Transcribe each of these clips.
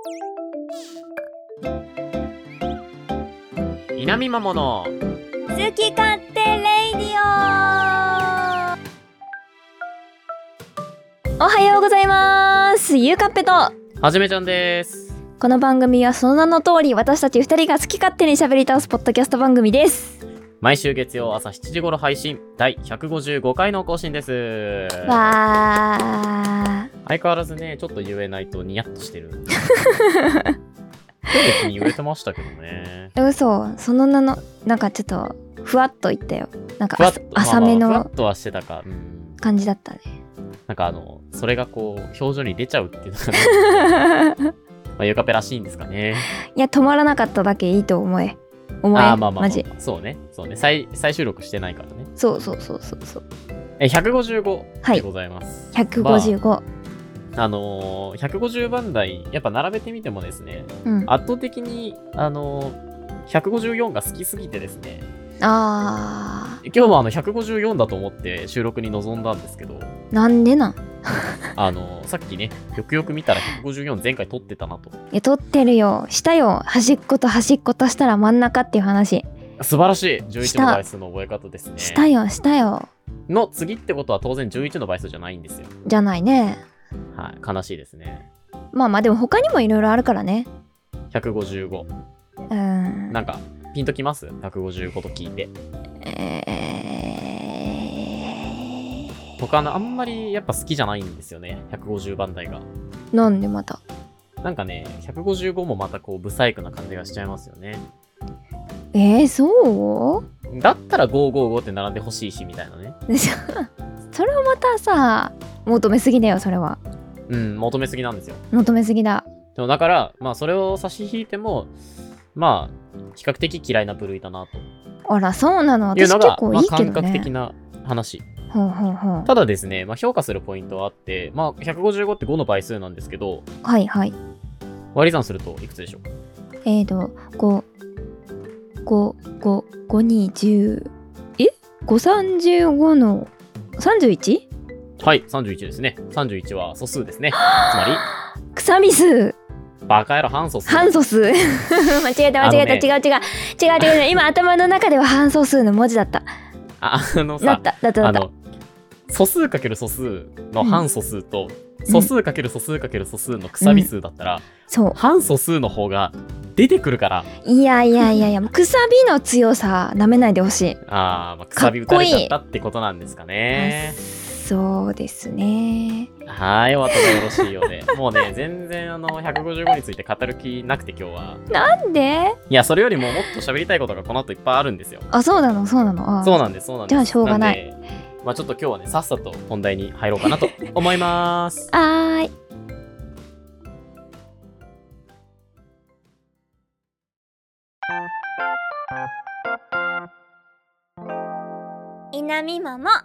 稲見まもの好き勝手レイディオ。おはようございます。ゆうかっぺとはじめちゃんです。 この番組はその名の通り、私たち2人が好き勝手に喋り倒すポッドキャスト番組です。 毎週月曜朝7時頃配信、第155回の更新です。 わー、 相変わらずね、ちょっと言えないとニヤッとしてる別に言えてましたけどね。 嘘、その名のなんかちょっとふわっと言ったよ。なんか浅めのふわっとはしてたか、 感じだったね。 なんかそれがこう表情に出ちゃうっていうのがねまあゆかぺらしいんですかね。 いや、止まらなかっただけいいと思え。マジ。 そうね再収録してないからね。 そう 155でございます。 はい、155、 150番台やっぱ並べてみてもですね、圧倒的に154が好きすぎてですね、今日も154だと思って収録に臨んだんですけど、 なんでなんさっきねよくよく見たら154前回撮ってたなと。 いや、撮ってるよ。したよ。端っこと端っこ足したら真ん中っていう話。 素晴らしい。11の倍数の覚え方ですね。 したよの次ってことは当然11の倍数じゃないんですよ。 じゃないね。 はい、悲しいですね。 まあでも他にもいろいろあるからね。 155、なんかピンときます？ 155 と聞いて。他のあんまりやっぱ好きじゃないんですよね、150番台が。 なんでまた？ なんかね、155もまたこうブサイクな感じがしちゃいますよね。 そうだったら555って並んでほしいしみたいなねそれはまたさ、求めすぎだよ、それは。 求めすぎなんですよ。 求めすぎだ。 でもだからまあそれを差し引いてもまあ比較的嫌いな部類だなと。 あら、そうなの。私結構いいけどね。 感覚的な話。 ほうただですね、評価するポイントはあって、155って5の倍数なんですけど、 はい割り算するといくつでしょう？ 5に10、535の 31？ はい、31ですね。31は素数ですね。つまり草ミス。 バカ野郎、反素数。 間違えた、違う。今頭の中では反素数の文字だった。だった。 素数かける素数の反素数と、素数かける素数かける素数のくさび数だったら、反素数の方が出てくるから。 いや、くさびの強さなめないでほしい。 くさび打たれちゃったってことなんですかね。 そうですね。 はい、お後がよろしいようで。もうね、全然155について語る気なくて今日は。 なんで？ いや、それよりももっと喋りたいことがこの後いっぱいあるんですよ。 そうなの。 そうなんです。 じゃあしょうがない。 ちょっと今日はね、さっさと本題に入ろうかなと思います。 稲見ママ。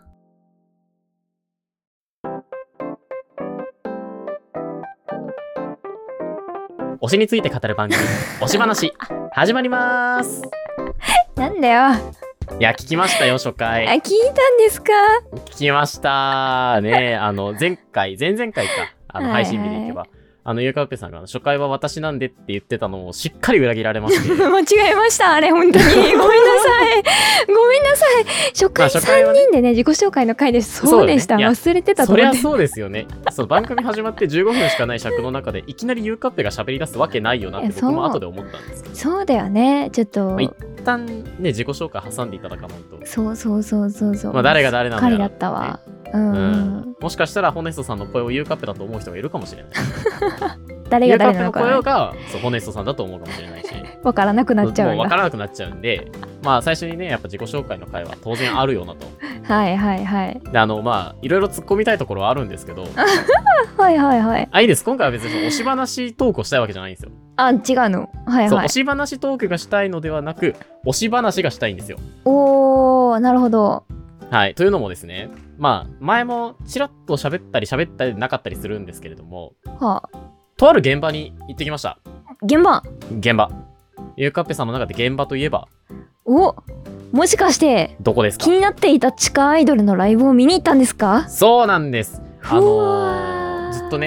推しについて語る番組、推し話、始まります。 なんだよ。 いや、聞きましたよ、初回。 聞いたんですか？ 聞きましたね。前々回か。配信日でいけば。ゆうかっぺさんが初回は私なんでって言ってたのをしっかり裏切られまして。 間違えました、あれ、本当に。ごめんなさい。初回3人でね、自己紹介の回です。そうでした。忘れてたと思って。 そりゃそうですよね。番組始まって15分しかない尺の中で、いきなりゆうかっぺが喋り出すわけないよなって僕も後で思ったんですけど。 そうだよね、ちょっと。 一旦ね、自己紹介挟んでいただかないと。 そう。 誰が誰なんだよ。 だったわ。 もしかしたらホネストさんの声をゆうかっぺだと思う人がいるかもしれない。 誰が誰なのか。 ゆうかっぺの声がホネストさんだと思うかもしれないし。 わからなくなっちゃう。 もうわからなくなっちゃうんで、最初にね、やっぱ自己紹介の回は当然あるよなと。 はい。で、 いろいろ突っ込みたいところはあるんですけど。 はい。 いいです。今回は別に推し話トークをしたいわけじゃないんですよ。 違うの。 推し話トークがしたいのではなく、推し話がしたいんですよ。 なるほど。 はい。というのもですね、前もちらっと喋ったりなかったりするんですけれども、とある現場に行ってきました。 現場。 ゆうかっぺさんの中で現場といえば、 もしかしてどこですか？ 気になっていた地下アイドルのライブを見に行ったんですか？ そうなんです。ずっとね、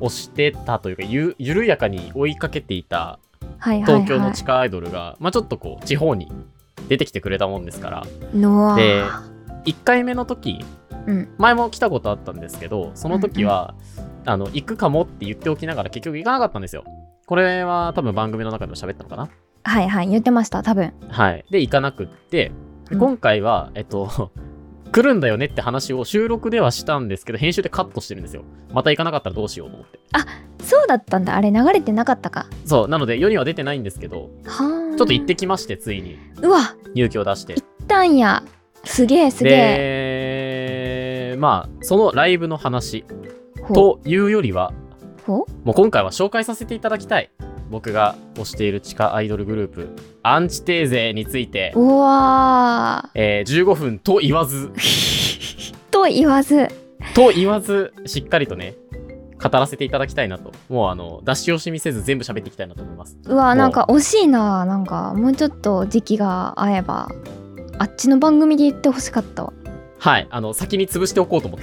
推してたというか、緩やかに追いかけていた東京の地下アイドルが、まあちょっとこう地方に出てきてくれたもんですから。で、1回目の時、前も来たことあったんですけど、その時は、行くかもって言っておきながら結局行かなかったんですよ。これは多分番組の中でも喋ったのかな。 はいはい、言ってました、多分。 はい。で、行かなくって、今回は、来るんだよねって話を収録ではしたんですけど、編集でカットしてるんですよ。また行かなかったらどうしようと思って。 あ、そうだったんだ。あれ流れてなかったか。 そう、なので世には出てないんですけど、ちょっと行ってきまして、ついに。 うわ、 勇気を出して。 行ったんや。すげえすげえ。 で、まあ、そのライブの話というよりは、もう今回は紹介させていただきたい。僕が推している地下アイドルグループ、アンチテーゼについて、 うわー、15分と言わず、 と言わず、しっかりとね、語らせていただきたいなと。もう出し惜しみせず全部喋っていきたいなと思います。 うわ、なんか惜しいな。なんかもうちょっと時期が合えば、あっちの番組で言ってほしかったわ。 はい、先に潰しておこうと思って。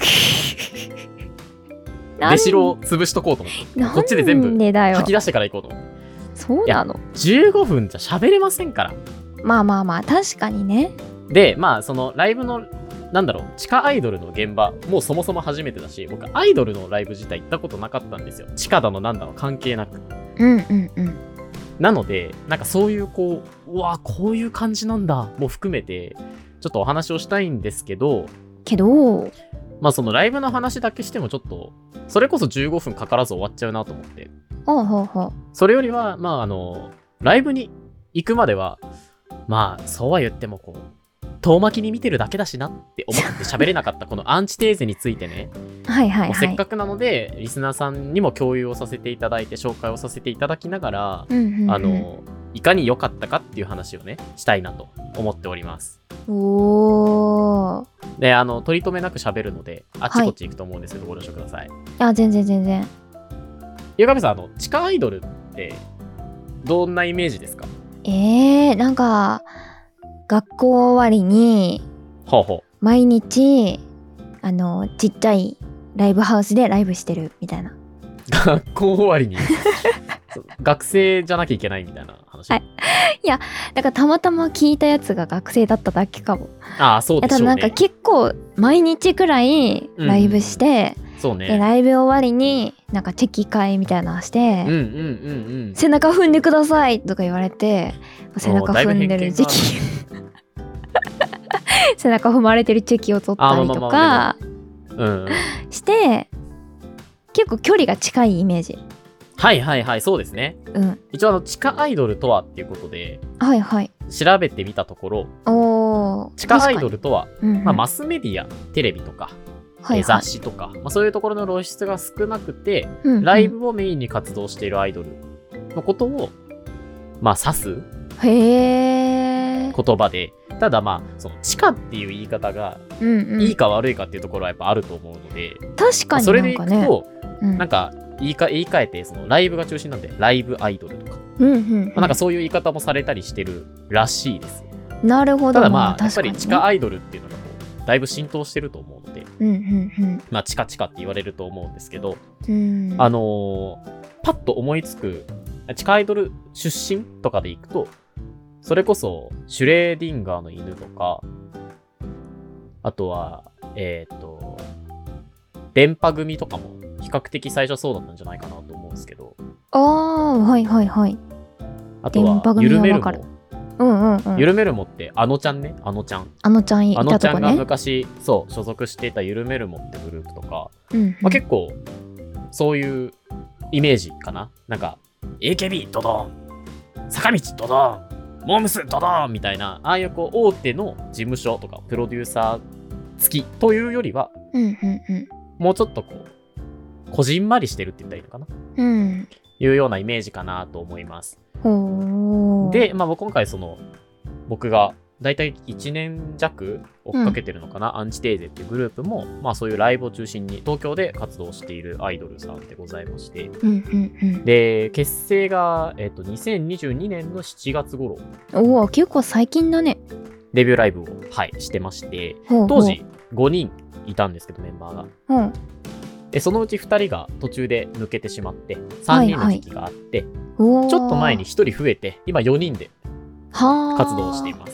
出城を潰しとこうと思って。こっちで全部吐き出してから行こうと思って。 そうなの ？15分じゃ喋れませんから。 まあまあまあ、確かにね。 で、まあ、そのライブの、なんだろう、地下アイドルの現場、もうそもそも初めてだし、僕、アイドルのライブ自体行ったことなかったんですよ。地下だの、なんだの、関係なく。なので、なんかそういう、こう、うわ、こういう感じなんだ、も含めて、ちょっとお話をしたいんですけど、まあ、そのライブの話だけしてもちょっと、それこそ15分かからず終わっちゃうなと思って。それよりは、まあ、ライブに行くまでは、まあ、そうは言っても、こう、遠巻きに見てるだけだしなって思って喋れなかったこのアンチテーゼについてね、せっかくなので、リスナーさんにも共有をさせていただいて、紹介をさせていただきながら、いかに良かったかっていう話をね、したいなと思っております。で、取り留めなく喋るので、あっちこっち行くと思うんですけど、ご了承ください。 あ、全然。 ゆうかべさん、地下アイドルって、どんなイメージですか？ なんか、学校終わりに、毎日、ちっちゃいライブハウスでライブしてるみたいな。 学校終わりに学生じゃなきゃいけないみたいな話。 いや、だからたまたま聞いたやつが学生だっただけかも。 ああ、そうでしょうね。 なんか結構毎日くらいライブして、 そうね。 でライブ終わりになんかチェキ会みたいなのして、背中踏んでくださいとか言われて、背中踏んでる時期背中踏まれてるチェキを取ったりとかして、結構距離が近いイメージ。 はいそうですね。一応地下アイドルとはっていうことで、調べてみたところ、地下アイドルとは、まあ、マスメディア、テレビとか、雑誌とか、まあ、そういうところの露出が少なくて、ライブをメインに活動しているアイドルのことを、まあ、指す言葉で、ただまあ、その地下っていう言い方が、いいか悪いかっていうところはやっぱあると思うので、 確かに、 それでいくと、なんか言い換えて、そのライブが中心なんで、ライブアイドルとか、なんかそういう言い方もされたりしてるらしいです。 なるほど。 ただまあ、やっぱり地下アイドルっていうのがだいぶ浸透してると思うので、まあ、地下って言われると思うんですけど、パッと思いつく、地下アイドル出身とかでいくと、それこそ、シュレーディンガーの犬とか、あとは、電波組とかも、比較的最初そうだったんじゃないかなと思うんですけど。あとは、ゆるめるも。ゆるめるもって、あのちゃんね。あのちゃんが昔、所属していたゆるめるもってグループとか、まあ、結構、そういうイメージかな。なんか、AKB ドドン、坂道ドドン、モームスドドンみたいな、ああいうこう大手の事務所とかプロデューサー付きというよりは、もうちょっとこう、こじんまりしてるって言ったらいいのかな、いうようなイメージかなと思います。で、まあ今回僕がだいたい1年弱追っかけてるのかな、アンチテーゼっていうグループも、まあそういうライブを中心に東京で活動しているアイドルさんでございまして、で、結成が、2022年の7月頃。 結構最近だね。 デビューライブを、してまして、当時5人いたんですけど、メンバーが。 そのうち2人が途中で抜けてしまって3人の時期があって、ちょっと前に1人増えて今4人で活動をしています。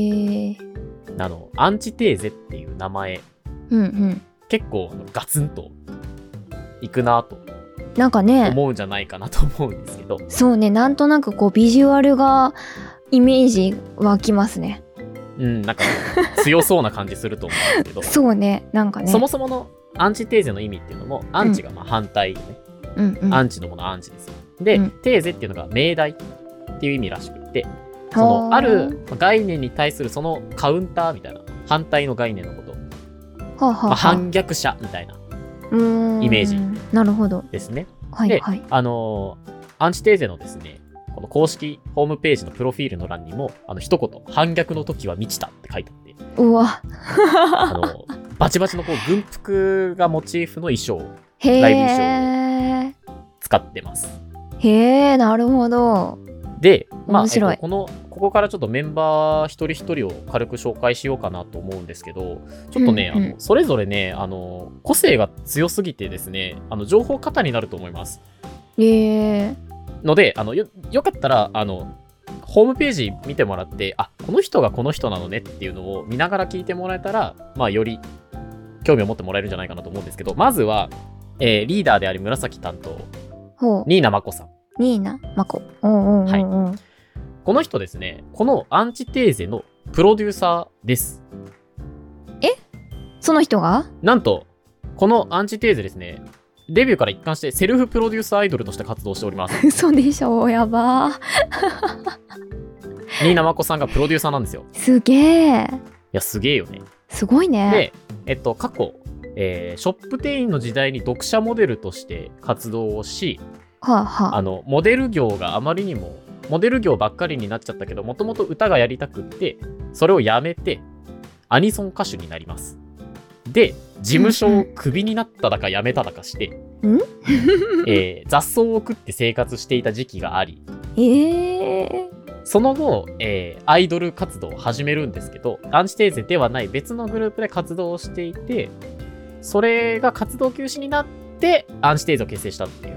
アンチテーゼっていう名前、結構ガツンといくなとなんかね思うんじゃないかなと思うんですけど、 そうね、なんとなくこうビジュアルがイメージ湧きますね。 なんか強そうな感じすると思うんですけどそうね、なんかね、 そもそものアンチテーゼの意味っていうのも、アンチがまあ反対、ね、アンチのものアンチですよ。で、テーゼっていうのが命題っていう意味らしくって、そのある概念に対するそのカウンターみたいな反対の概念のこと、反逆者みたいなイメージですね。で、アンチテーゼのですね、この公式ホームページのプロフィールの欄にも一言反逆の時は満ちたって書いてあって、 うわバチバチのこう軍服がモチーフの衣装、ライブ衣装を使ってます。 へー、なるほど。 で、面白い。ここからちょっとメンバー一人一人を軽く紹介しようかなと思うんですけど、ちょっとね、それぞれね、個性が強すぎてですね、情報過多になると思います。ので、よかったら、ホームページ見てもらって、この人がこの人なのねっていうのを見ながら聞いてもらえたら、より興味を持ってもらえるんじゃないかなと思うんですけど、まずは、リーダーであり紫担当、ニーナマコさん。 ニーナマコ。 はい。この人ですね、このアンチテーゼのプロデューサーです。 その人が？ なんと、このアンチテーゼですね、デビューから一貫してセルフプロデュースアイドルとして活動しております。 嘘でしょ、やばー。 ニーナマコさんがプロデューサーなんですよ。 すげえ。 いや、すげえよね。 すごいね。 で、過去、ショップ店員の時代に読者モデルとして活動をし、モデル業があまりにもモデル業ばっかりになっちゃったけど、もともと歌がやりたくってそれをやめてアニソン歌手になります。で、事務所をクビになっただか辞めただかして、雑草を食って生活していた時期があり、その後、アイドル活動を始めるんですけど、アンチテーゼではない別のグループで活動をしていて、それが活動休止になってアンチテーゼを結成したっていう。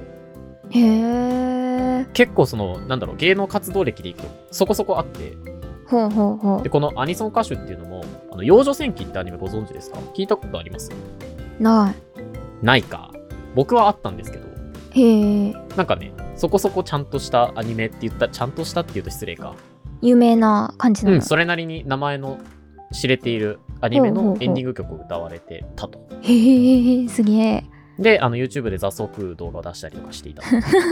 結構芸能活動歴でいくとそこそこあって、でこのアニソン歌手っていうのも幼女戦記ってアニメご存知ですか？聞いたことあります？ないか。僕はあったんですけど、なんかね、そこそこちゃんとしたアニメって言ったら、ちゃんとしたって言うと失礼か、 有名な感じなの？ それなりに名前の知れているアニメのエンディング曲を歌われてたと。 すげえ。 で、YouTube で雑草食う動画を出したりとかしていた。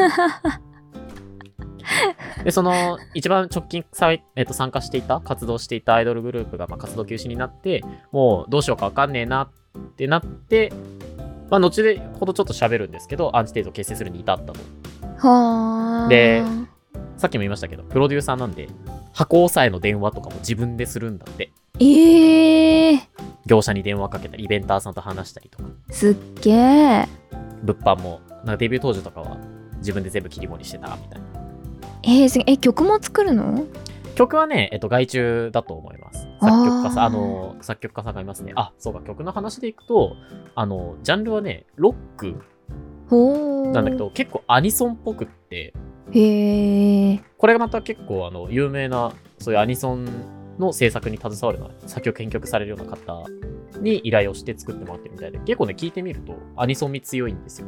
で、一番直近参加していた、活動していたアイドルグループが活動休止になって、もうどうしようかわかんねえなってなって、後でほどちょっと喋るんですけど、アンチテーゼを結成するに至ったと。で、さっきも言いましたけど、プロデューサーなんで、箱押さえの電話とかも自分でするんだって。業者に電話かけたり、イベンターさんと話したりとか。 すっげえ。 物販も、デビュー当時とかは自分で全部切り盛りしてたみたいな。曲も作るの？ 曲はね、外注だと思います。作曲家さんがいますね。そうか、曲の話でいくと、ジャンルはね、ロックなんだけど、結構アニソンっぽくって、これがまた結構有名な、そういうアニソンの制作に携わるような、作曲編曲されるような方に依頼をして作ってもらってるみたいで、結構ね、聞いてみるとアニソン味強いんですよ。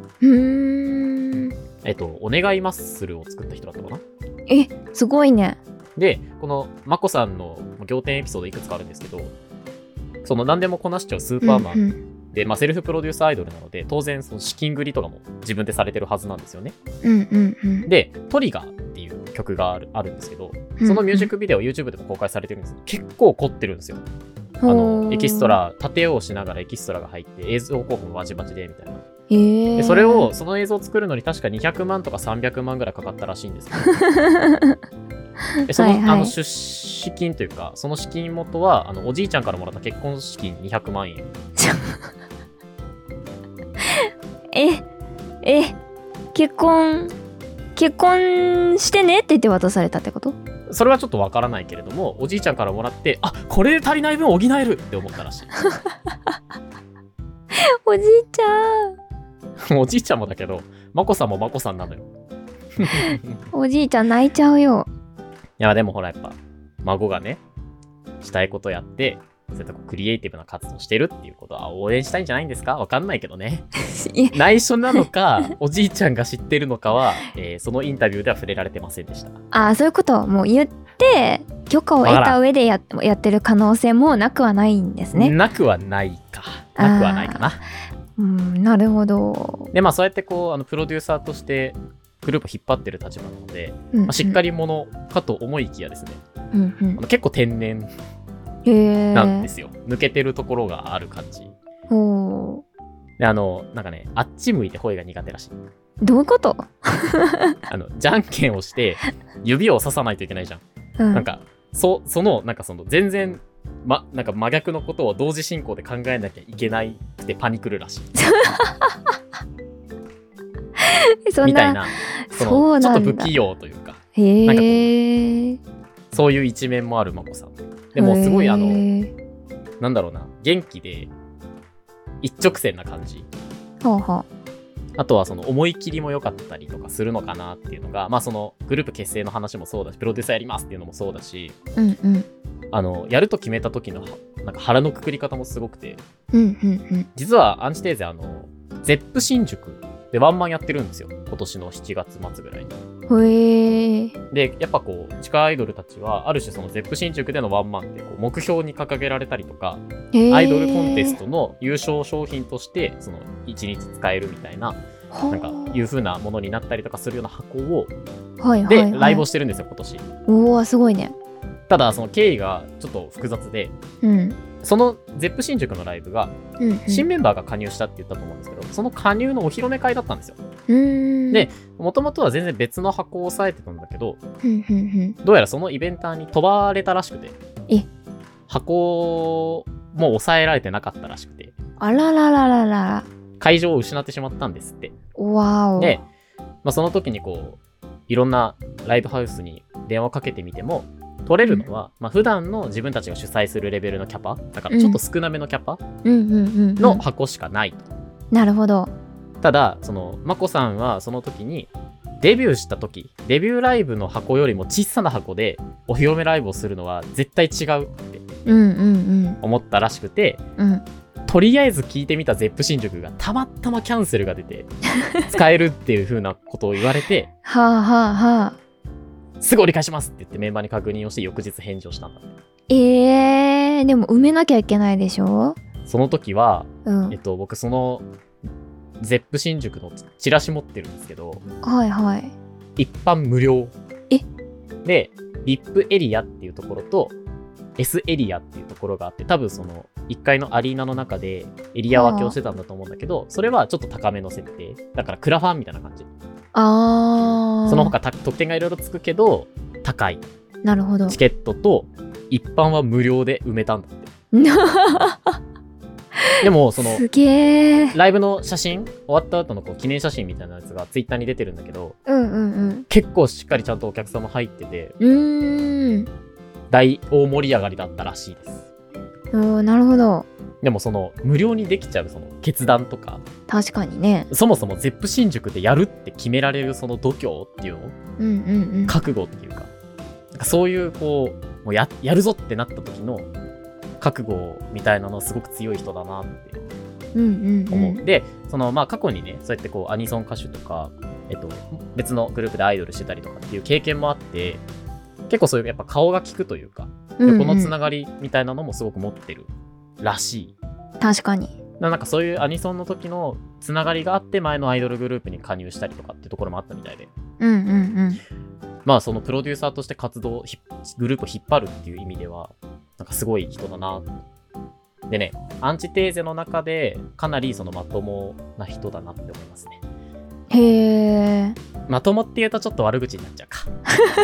お願いマッスルを作った人だったかな。 すごいね。 で、このマコさんの仰天エピソードいくつかあるんですけど、何でもこなしちゃうスーパーマンで、セルフプロデュースアイドルなので、当然資金繰りとかも自分でされてるはずなんですよね。で、トリガーっていう曲があるんですけど、そのミュージックビデオ YouTube でも公開されてるんですけど、結構凝ってるんですよ。エキストラ、縦用をしながらエキストラが入って、映像候補もバチバチでみたいな。でその映像を作るのに確か200万とか300万ぐらいかかったらしいんですけど、出資金というか、その資金元はおじいちゃんからもらった結婚資金200万円。 結婚してねって言って渡されたってこと？ それはちょっとわからないけれども、おじいちゃんからもらって、これで足りない分補えるって思ったらしい。 おじいちゃん。 おじいちゃんもだけど、まこさんもまこさんなのよ。 おじいちゃん泣いちゃうよ。 いや、でもほらやっぱ、孫がね、したいことやって、そういったクリエイティブな活動してるっていうことは応援したいんじゃないんですか？わかんないけどね。内緒なのか、おじいちゃんが知ってるのかは、そのインタビューでは触れられてませんでした。 ああ、そういうこともう言って、許可を得た上でやってる可能性もなくはないんですね。 なくはないか。なくはないかな。 なるほど。 で、まあそうやってこう、プロデューサーとしてグループを引っ張ってる立場なので、しっかり者かと思いきやですね、結構天然なんですよ。抜けてるところがある感じ。で、なんかね、あっち向いてホイが苦手らしい。 どういうこと？ じゃんけんをして指を刺さないといけないじゃん。なんか、なんか全然、なんか真逆のことを同時進行で考えなきゃいけないくてパニクるらしい。みたいな、ちょっと不器用というか、なんかそういう一面もあるまこさん。でもすごいなんだろうな、元気で一直線な感じ。あとは思い切りも良かったりとかするのかなっていうのが、まあそのグループ結成の話もそうだし、プロデューサーやりますっていうのもそうだし、やると決めた時のなんか腹のくくり方もすごくて、実はアンチテーゼZEP 新宿でワンマンやってるんですよ、今年の7月末ぐらいに。で、やっぱこう地下アイドルたちはある種その ZEP 新宿でのワンマンってこう目標に掲げられたりとか、アイドルコンテストの優勝商品としてその1日使えるみたいな、なんかいう風なものになったりとかするような箱を、でライブをしてるんですよ、今年。 おー、すごいね。 ただその経緯がちょっと複雑で、その ZEP 新宿のライブが新メンバーが加入したって言ったと思うんですけど、その加入のお披露目会だったんですよ。で、もともとは全然別の箱を押さえてたんだけど、どうやらそのイベンターに飛ばれたらしくて、箱も抑えられてなかったらしくて、 あららららら、 会場を失ってしまったんですって。で、その時にこういろんなライブハウスに電話をかけてみても、取れるのは、普段の自分たちが主催するレベルのキャパだからちょっと少なめのキャパの箱しかないと。 なるほど。 ただまこさんはその時にデビューした時、デビューライブの箱よりも小さな箱でお披露目ライブをするのは絶対違うって思ったらしくて、とりあえず聞いてみた ZEP 新宿がたまたまキャンセルが出て使えるっていう風なことを言われてすぐ折り返しますって言ってメンバーに確認をして翌日返事をしたんだって。 でも埋めなきゃいけないでしょ。 その時は、僕その ZEP 新宿のチラシ持ってるんですけど、一般無料で VIP エリアっていうところと S エリアっていうところがあって、多分その1階のアリーナの中でエリア分けをしてたんだと思うんだけど、それはちょっと高めの設定だからクラファンみたいな感じ。その他特典がいろいろつくけど高い。 なるほど。 チケットと一般は無料で埋めたんだって。でもそのライブの写真終わった後のこう記念写真みたいなやつがツイッターに出てるんだけど、結構しっかりちゃんとお客様入ってて、大盛り上がりだったらしいです。 なるほど。 でもその無料にできちゃうその決断とか、 確かにね、 そもそも ZEP 新宿でやるって決められるその度胸っていうの、覚悟っていうか、そういうこうもう やるぞってなった時の覚悟みたいなのすごく強い人だなって思う。で過去にね、そうやってこうアニソン歌手とか、別のグループでアイドルしてたりとかっていう経験もあって、結構そういうやっぱ顔が利くというか、横のつながりみたいなのもすごく持ってるらしい。 確かに。 なんかそういうアニソンの時のつながりがあって前のアイドルグループに加入したりとかっていうところもあったみたいで、そのプロデューサーとして活動グループを引っ張るっていう意味ではなんかすごい人だな。でね、アンチテーゼの中でかなりそのまともな人だなって思いますね。 へー。 まともって言うとちょっと悪口になっちゃうか。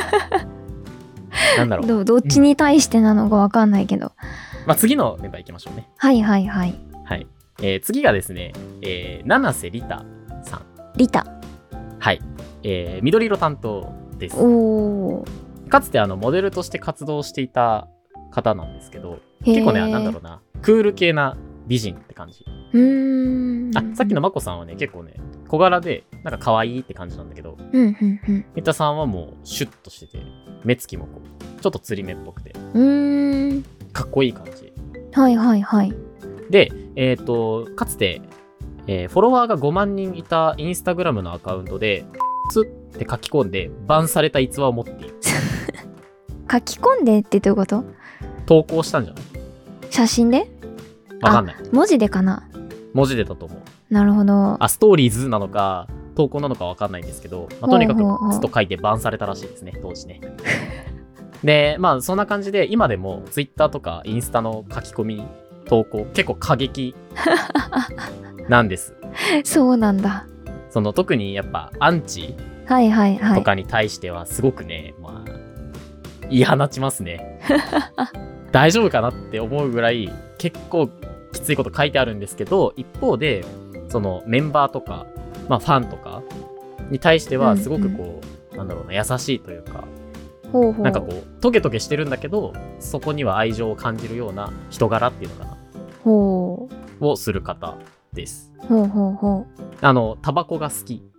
なんだろう。 どっちに対してなのかわかんないけど。 次のメンバー行きましょうね。 はい。 次がですね、七瀬リタさん。 リタ。 はい。緑色担当です。かつてモデルとして活動していた方なんですけど、結構ね、なんだろうな、クール系な美人って感じ。さっきのまこさんはね、結構ね、小柄で、なんか可愛いって感じなんだけど、三田さんはもうシュッとしてて、目つきもこう、ちょっと釣り目っぽくて、かっこいい感じ。 はいはいはい。 で、かつて、フォロワーが5万人いたインスタグラムのアカウントで、つって書き込んで、バンされた逸話を持っている。 書き込んでってどういうこと？ 投稿したんじゃない？写真で？ わかんない。 文字でかな？ 文字でだと思う。 なるほど。 ストーリーズなのか、投稿なのかわかんないんですけど、とにかく、つと書いてバンされたらしいですね、当時ね。で、そんな感じで、今でも、ツイッターとかインスタの書き込み、投稿、結構過激なんです。 そうなんだ。 特にやっぱ、アンチとかに対しては、すごくね、言い放ちますね。大丈夫かなって思うぐらい、結構きついこと書いてあるんですけど、一方で、メンバーとか、ファンとかに対しては、すごく優しいというか、なんかトゲトゲしてるんだけど、そこには愛情を感じるような人柄っていうのかな。をする方です。タバコが好き。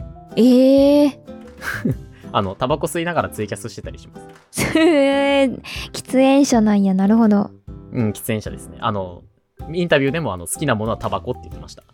タバコ吸いながらツイキャスしてたりします。 喫煙者なんや、なるほど。 喫煙者ですね。インタビューでも好きなものはタバコって言ってました。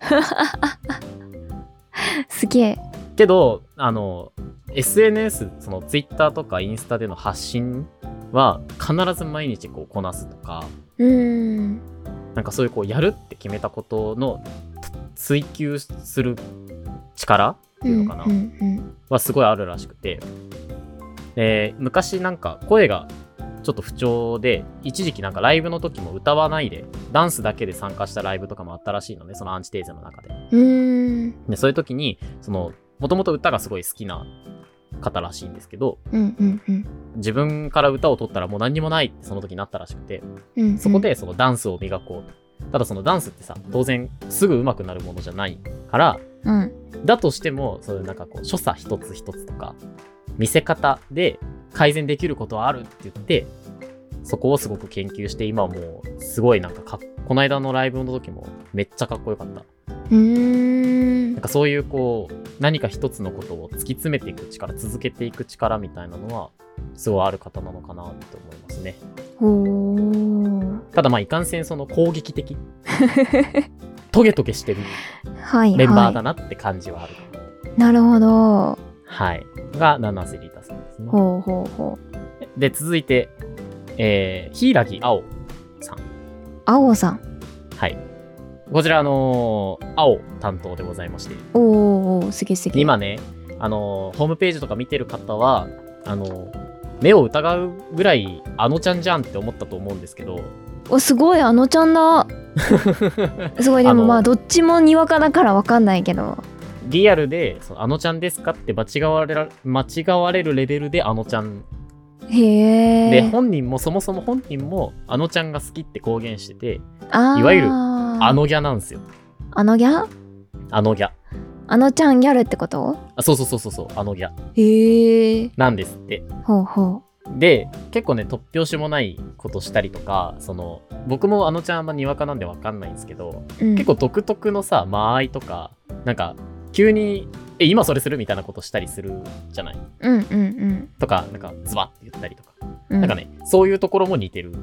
すげえ。 けど、SNS、ツイッターとかインスタでの発信は必ず毎日こなすとか、なんかそういうやるって決めたことの追求する力っていうのかな、はすごいあるらしくて、昔なんか声がちょっと不調で、一時期なんかライブの時も歌わないで、ダンスだけで参加したライブとかもあったらしいのね、そのアンチテーゼの中で。で、そういう時に、もともと歌がすごい好きな方らしいんですけど、自分から歌を取ったらもう何にもないってその時になったらしくて、そこでダンスを磨こう。ただダンスってさ、当然すぐ上手くなるものじゃないから、だとしても、そういうなんか所作一つ一つとか、見せ方で改善できることはあるって言って、そこをすごく研究して、今はもうすごいなんかこの間のライブの時もめっちゃかっこよかった。なんかそういう何か一つのことを突き詰めていく力、続けていく力みたいなのはすごいある方なのかなって思いますね。ただいかんせん攻撃的トゲトゲしてるメンバーだなって感じはある。 なるほど。 はい。が七瀬リタさんですね。で、続いて、柊青さん。 青さん。 はい。こちら青担当でございまして。 すげえすげえ。 今ね、ホームページとか見てる方は、目を疑うぐらいちゃんじゃんって思ったと思うんですけど。 すごいちゃんだ。すごい、でもどっちもにわかだからわかんないけど。 リアルで、ちゃんですかって間違われるレベルでちゃん。 へー。 で、そもそも本人もちゃんが好きって公言してて、いわゆるギャなんですよ。 ギャギャ。 ちゃんギャルってこと？ そう、ギャ。 へー。 なんですって。で、結構ね、突拍子もないことしたりとか、僕もちゃんあんまにわかなんでわかんないんですけど、結構独特のさ、間合いとか、なんか、急に、今それするみたいなことしたりするじゃない？とか、なんか、ズバッて言ったりとか。なんかね、そういうところも似てる。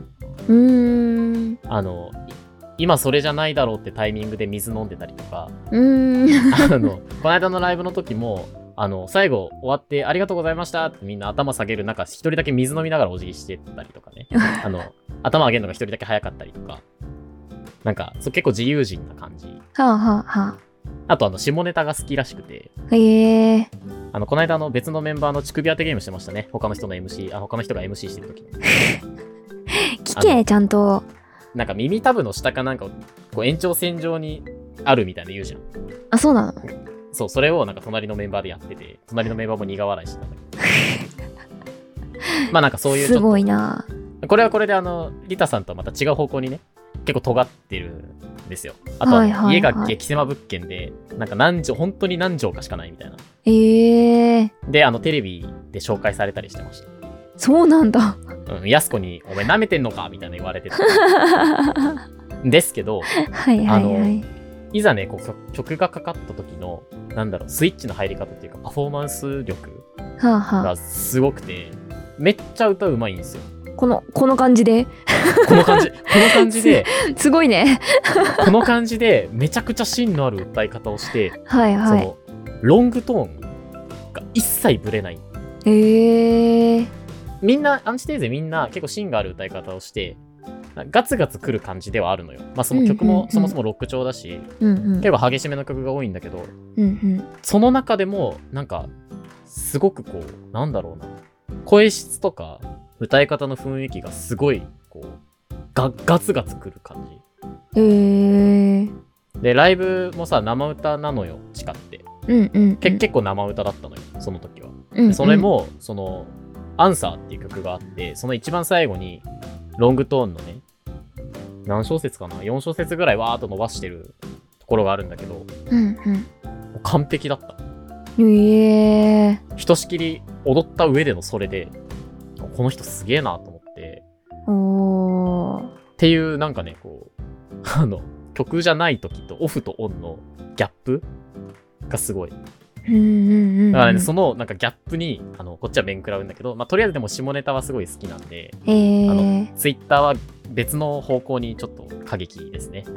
今それじゃないだろうってタイミングで水飲んでたりとか。この間のライブの時も、最後終わってありがとうございましたってみんな頭下げる中、一人だけ水飲みながらお辞儀してたりとかね。頭上げるのが一人だけ早かったりとか。なんか、結構自由人な感じ。あと下ネタが好きらしくて。この間別のメンバーの乳首当てゲームしてましたね。他の人が MC してる時に。 聞け、ちゃんと。 なんか耳たぶの下かなんか延長線上にあるみたいな言うじゃん。そうなの？ そう、それをなんか隣のメンバーでやってて、隣のメンバーも苦笑いしてたんだけど。なんかそういうすごいな。 これはこれでリタさんとはまた違う方向にね、結構尖ってるんですよ。あとは家が激狭物件で、なんか本当に何畳かしかないみたいな。で、テレビで紹介されたりしてました。 そうなんだ。 やすこに、お前舐めてんのかみたいな言われてた。 ですけど、 はいはいはい。 いざね、こう曲がかかった時の、なんだろう、スイッチの入り方っていうか、パフォーマンス力がすごくて、めっちゃ歌うまいんですよ。 この感じでこの感じすごいねこの感じでめちゃくちゃ芯のある歌い方をして、 はいはい、 そのロングトーンが一切ブレない。みんなアンチテーゼみんな結構芯がある歌い方をしてガツガツくる感じではあるのよ。まあその曲もそもそもロック調だし、結構激しめの曲が多いんだけど、その中でもなんかすごくこうなんだろうな、声質とか歌い方の雰囲気がすごいこうガツガツくる感じ。でライブもさ生歌なのよ、地下って、結構生歌だったのよその時は。それもそのアンサーっていう曲があって、その一番最後にロングトーンのね、何小節かな、4小節ぐらいわーっと伸ばしてるところがあるんだけど、完璧だった。ひとしきり踊った上でのそれで、この人すげえなと思って。っていうなんかね、こう曲じゃない時とオフとオンのギャップがすごい。だからね、そのなんかギャップにこっちは面食らうんだけど、まあとりあえずでも下ネタはすごい好きなんで、ツイッターは別の方向にちょっと過激ですね。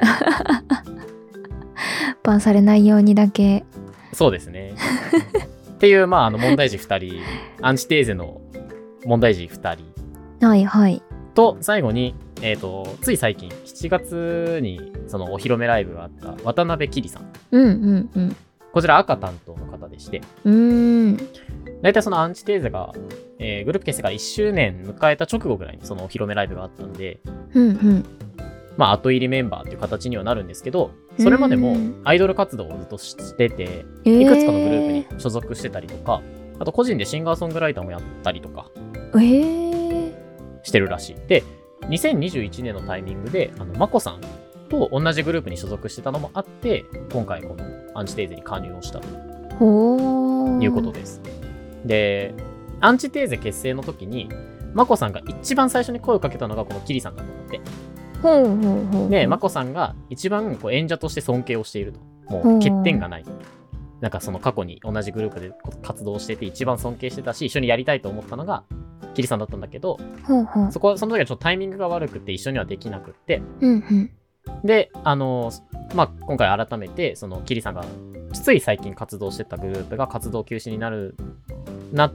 バンされないようにだけ。 そうですね。っていうまあ問題児2人、アンチテーゼの問題児2人。 はいはい。 と最後につい最近7月にそのお披露目ライブがあった渡辺きりさん。こちら赤担当の方でして、大体そのアンチテーゼが、グループ結成が1周年迎えた直後ぐらいにそのお披露目ライブがあったんで、まあ後入りメンバーっていう形にはなるんですけど、それまでもアイドル活動をずっとしてて、いくつかのグループに所属してたりとか、あと個人でシンガーソングライターもやったりとかしてるらしい。で、2021年のタイミングでまこさんと同じグループに所属してたのもあって、今回このアンチテーゼに加入をしたということです。で、アンチテーゼ結成の時にまこさんが一番最初に声をかけたのがこのキリさんだと思って、でまこさんが一番こう演者として尊敬をしていると、もう欠点がない、なんかその過去に同じグループで活動してて一番尊敬してたし、一緒にやりたいと思ったのがキリさんだったんだけど、その時はちょっとタイミングが悪くて一緒にはできなくって、で、まあ、今回改めて、その、キリさんが、つい最近活動してたグループが活動休止になって、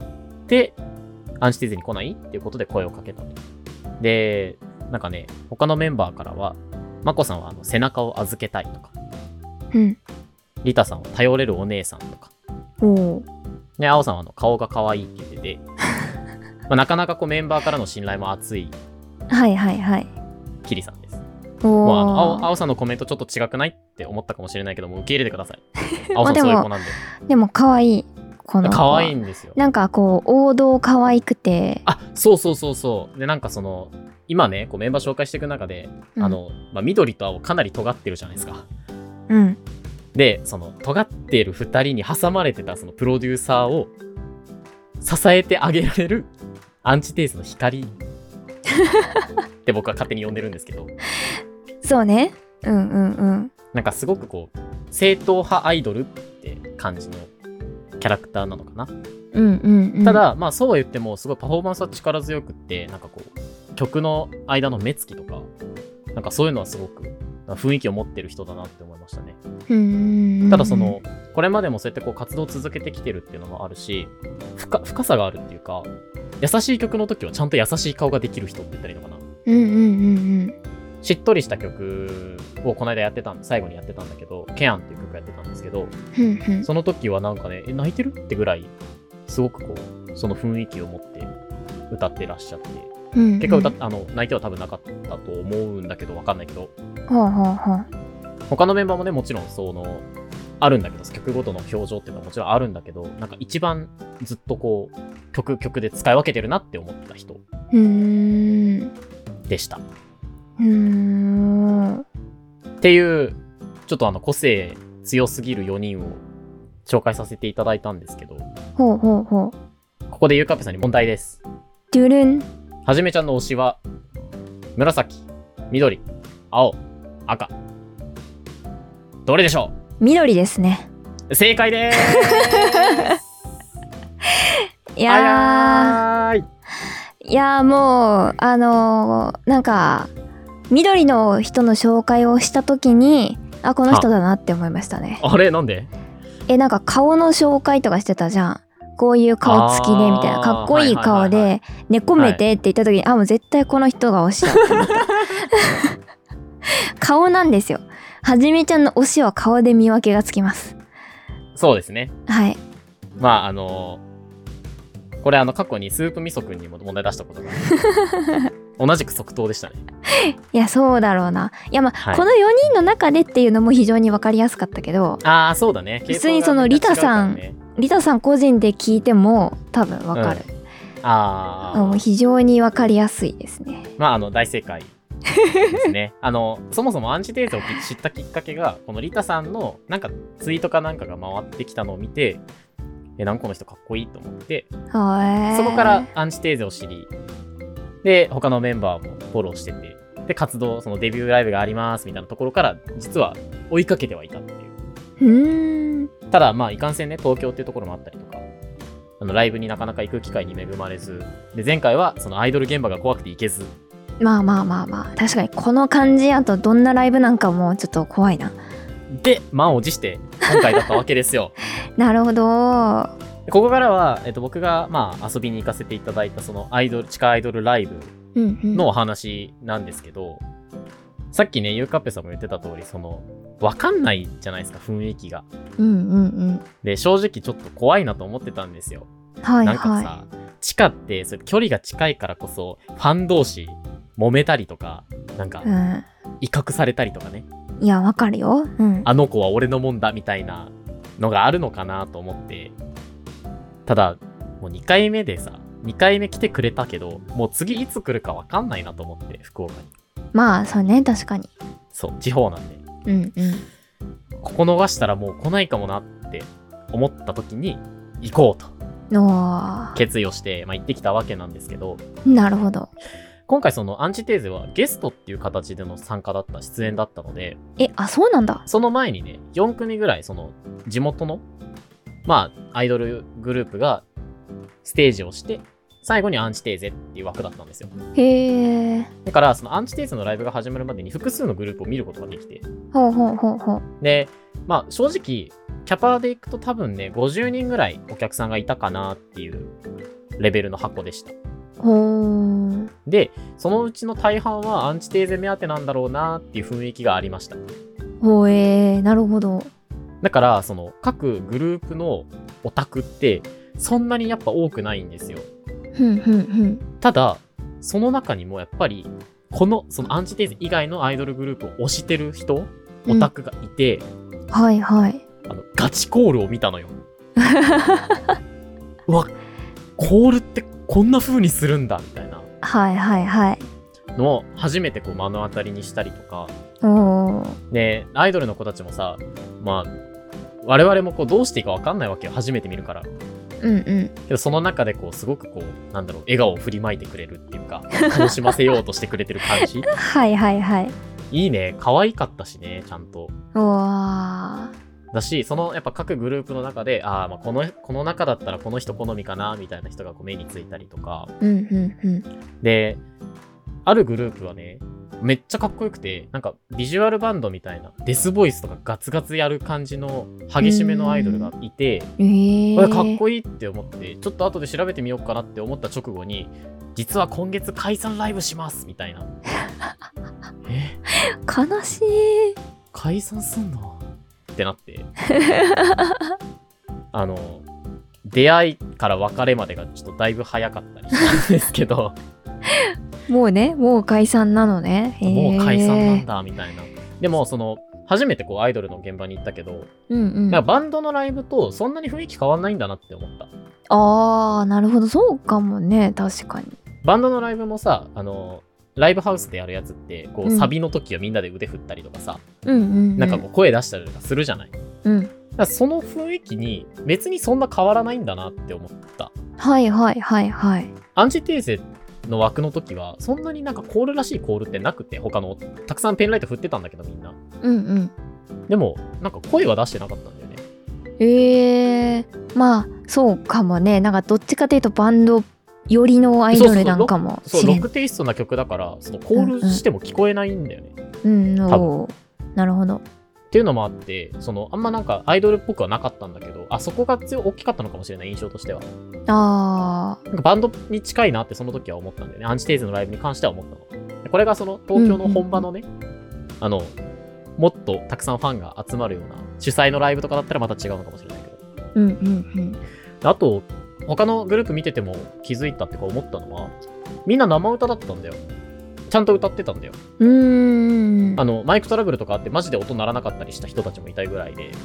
アンチテーゼに来ないっていうことで声をかけたと。で、なんかね、他のメンバーからは、まこさんは背中を預けたいとか、リタさんは頼れるお姉さんとか、で、あおさんは顔が可愛いって言ってて、まあ、なかなかこうメンバーからの信頼も厚い、キリさんです。もうあおさんのコメントちょっと違くないって思ったかもしれないけども、受け入れてください。あおさんそういう子なんで。 でも可愛い。この可愛いんですよ。 なんかこう王道可愛くて。 そうで、なんかその今ねこうメンバー紹介していく中で、まあ、緑と青かなり尖ってるじゃないですか。で、その尖っている2人に挟まれてたそのプロデューサーを支えてあげられるアンチテーゼの光って僕は勝手に呼んでるんですけど。 そうね。なんかすごくこう正統派アイドルって感じのキャラクターなのかな。ただまあそうは言ってもすごいパフォーマンスは力強くって、なんかこう曲の間の目つきとかなんかそういうのはすごく雰囲気を持ってる人だなって思いましたね。ただそのこれまでもそうやってこう活動を続けてきてるっていうのもあるし、深さがあるっていうか、優しい曲の時はちゃんと優しい顔ができる人って言ったらいいのかな。しっとりした曲をこの間最後にやってたんだけど、ケアンっていう曲やってたんですけど、その時はなんかね、泣いてるってぐらいすごくこうその雰囲気を持って歌ってらっしゃって、結果泣いては多分なかったと思うんだけど、わかんないけど、他のメンバーもねもちろんそのあるんだけど、曲ごとの表情っていうのはもちろんあるんだけど、なんか一番ずっとこう曲で使い分けてるなって思った人でした。っていうちょっと個性強すぎる4人を紹介させていただいたんですけど、ここでゆうかっぺさんに問題です。 ドゥルン。 はじめちゃんの推しは紫、緑、青、 赤。どれでしょう？緑ですね。 正解でーす。 いやーもうなんか緑の人の紹介をした時にこの人だなって思いましたね。 あれなんで？ なんか顔の紹介とかしてたじゃん。こういう顔つきでみたいな、かっこいい顔で寝込めてって言った時に、もう絶対この人が推しだって思った顔なんですよ。はじめちゃんの推しは顔で見分けがつきます。 そうですね。 はい。 まあこれ過去にスープみそくんにも問題出したことがある。同じく即答でしたね。 いやそうだろうな。いやこの4人の中でっていうのも非常に分かりやすかったけど、 そうだね。 普通にそのリタさん個人で聞いても多分分かる。非常に分かりやすいですね。 大正解ですね。そもそもアンチテーゼを知ったきっかけがこのリタさんのなんかツイートかなんかが回ってきたのを見て、なんかこの人かっこいいと思って、そこからアンチテーゼを知り、で他のメンバーもフォローしてて、で活動、そのデビューライブがありますみたいなところから実は追いかけてはいたっていう。ただいかんせんね、東京っていうところもあったりとか、ライブになかなか行く機会に恵まれず、で前回はそのアイドル現場が怖くて行けず。 確かにこの感じやとどんなライブなんかもちょっと怖いな。 で満を持して今回だったわけですよ。 なるほど。 ここからは、僕が遊びに行かせていただいたその地下アイドルライブのお話なんですけど、さっきねゆうかっぺさんも言ってた通り、その分かんないじゃないですか、雰囲気が。で正直ちょっと怖いなと思ってたんですよ。なんかさ、地下ってそれ距離が近いからこそファン同士揉めたりとか、なんか、威嚇されたりとかね。 いやわかるよ。 あの子は俺のもんだみたいなのがあるのかなと思って。ただもう2回目でさ、2回目来てくれたけど、もう次いつ来るか分かんないなと思って、福岡に。 そうね、確かに。 そう、地方なんで。ここ逃したらもう来ないかもなって思った時に行こうと決意をして、行ってきたわけなんですけど。 なるほど。 今回そのアンチテーゼはゲストっていう形での参加だった、出演だったので。 そうなんだ。 その前にね、4組ぐらいその地元のアイドルグループがステージをして、最後にアンチテーゼっていう枠だったんですよ。 へー。 だからそのアンチテーゼのライブが始まるまでに複数のグループを見ることができて。で、正直キャパでいくと多分ね、50人ぐらいお客さんがいたかなっていうレベルの箱でした。で、そのうちの大半はアンチテーゼ目当てなんだろうなっていう雰囲気がありました。 なるほど。 だからその各グループのオタクってそんなにやっぱ多くないんですよ。ただその中にもやっぱりそのアンチテーゼ以外のアイドルグループを推してる人、オタクがいて、ガチコールを見たのよ。うわ、コールってこんな風にするんだみたいなのを初めてこう目の当たりにしたりとか。でアイドルの子たちもさ、我々もこうどうしていいか分かんないわけよ、初めて見るから。けどその中でこうすごくこう笑顔を振りまいてくれるっていうか、楽しませようとしてくれてる感じ。いいね、可愛かったしね、ちゃんと。だし、そのやっぱ各グループの中で、この中だったらこの人好みかなみたいな人がこう目についたりとか。で、あるグループはね、めっちゃかっこよくて、なんかビジュアルバンドみたいなデスボイスとかガツガツやる感じの激しめのアイドルがいて、これかっこいいって思って、ちょっと後で調べてみようかなって思った直後に、実は今月解散ライブしますみたいな。 悲しい。 解散すんのってなって出会いから別れまでがちょっとだいぶ早かったりしたんですけどもう解散なのね。 もう解散なんだみたいな。でもその初めてこうアイドルの現場に行ったけど、バンドのライブとそんなに雰囲気変わんないんだなって思った。 なるほど、そうかもね、確かに。 バンドのライブもさ、ライブハウスでやるやつってこう、サビの時はみんなで腕振ったりとかさ、なんかこう声出したりとかするじゃない。だからその雰囲気に別にそんな変わらないんだなって思った。 アンチテーゼっの枠の時は、そんなになんかコールらしいコールってなくて、他の、たくさんペンライト振ってたんだけどみんな。 うんうん。 でも、なんか声は出してなかったんだよね。 まあ、そうかもね。なんかどっちかというとバンドよりのアイドルなんかもしれん。 そう、ロックテイストな曲だから、そのコールしても聞こえないんだよね。 なるほど。 っていうのもあって、あんまなんかアイドルっぽくはなかったんだけど、そこが大きかったのかもしれない、印象としては。なんかバンドに近いなってその時は思ったんだよね。アンチテーゼのライブに関しては思ったの。これが東京の本場のね、もっとたくさんファンが集まるような主催のライブとかだったらまた違うのかもしれないけど。あと、他のグループ見てても気づいたってか思ったのは、みんな生歌だったんだよ。ちゃんと歌ってたんだよ。マイクトラブルとかあってマジで音鳴らなかったりした人たちもいたいぐらいで、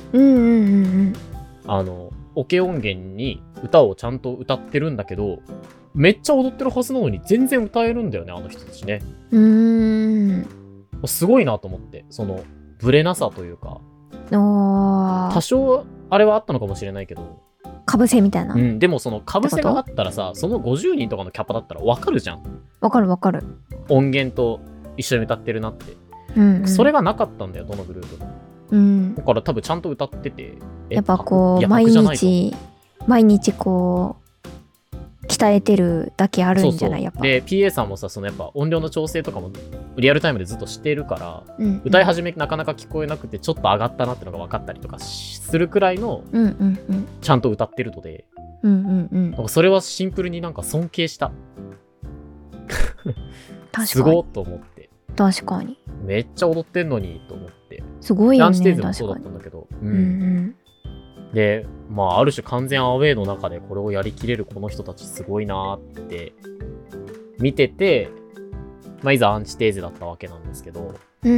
オケ音源に歌をちゃんと歌ってるんだけど、めっちゃ踊ってるはずなのに全然歌えるんだよね、あの人たちね。すごいなと思って、ブレなさというか、多少あれはあったのかもしれないけど、 かぶせみたいな。 でもかぶせがあったらさ、その50人とかのキャパだったら分かるじゃん。 分かる。 音源と一緒に歌ってるなって。それがなかったんだよ、どのグループも。だから多分ちゃんと歌ってて。 やっぱこう、毎日こう、鍛えてるだけあるんじゃない？やっぱ。 で、PA さんもさ、やっぱ音量の調整とかもリアルタイムでずっとしてるから、歌い始めなかなか聞こえなくてちょっと上がったなってのが分かったりとかするくらいの、ちゃんと歌ってるので、それはシンプルになんか尊敬した。すごっと思って。 確かに。 めっちゃ踊ってんのにと思って。 すごいよね。 アンチテーゼもそうだったんだけど。で、ある種完全アウェーの中でこれをやりきれるこの人たちすごいなーって見てて、いざアンチテーゼだったわけなんですけど、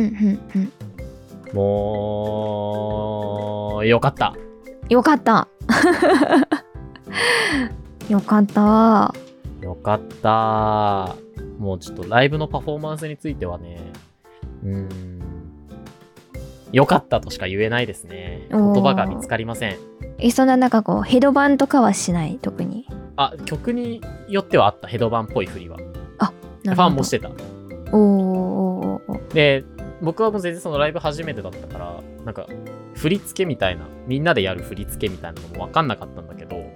もう、よかった。 よかった。よかった。 よかった。もうちょっとライブのパフォーマンスについてはね、よかったとしか言えないですね。言葉が見つかりません。 そんななんかこうヘドバンとかはしない？特に。 曲によってはあった。ヘドバンっぽい振りは。ファンもしてた。で、僕はもう全然そのライブ初めてだったから、なんか振り付けみたいな、みんなでやる振り付けみたいなのも分かんなかったんだけど、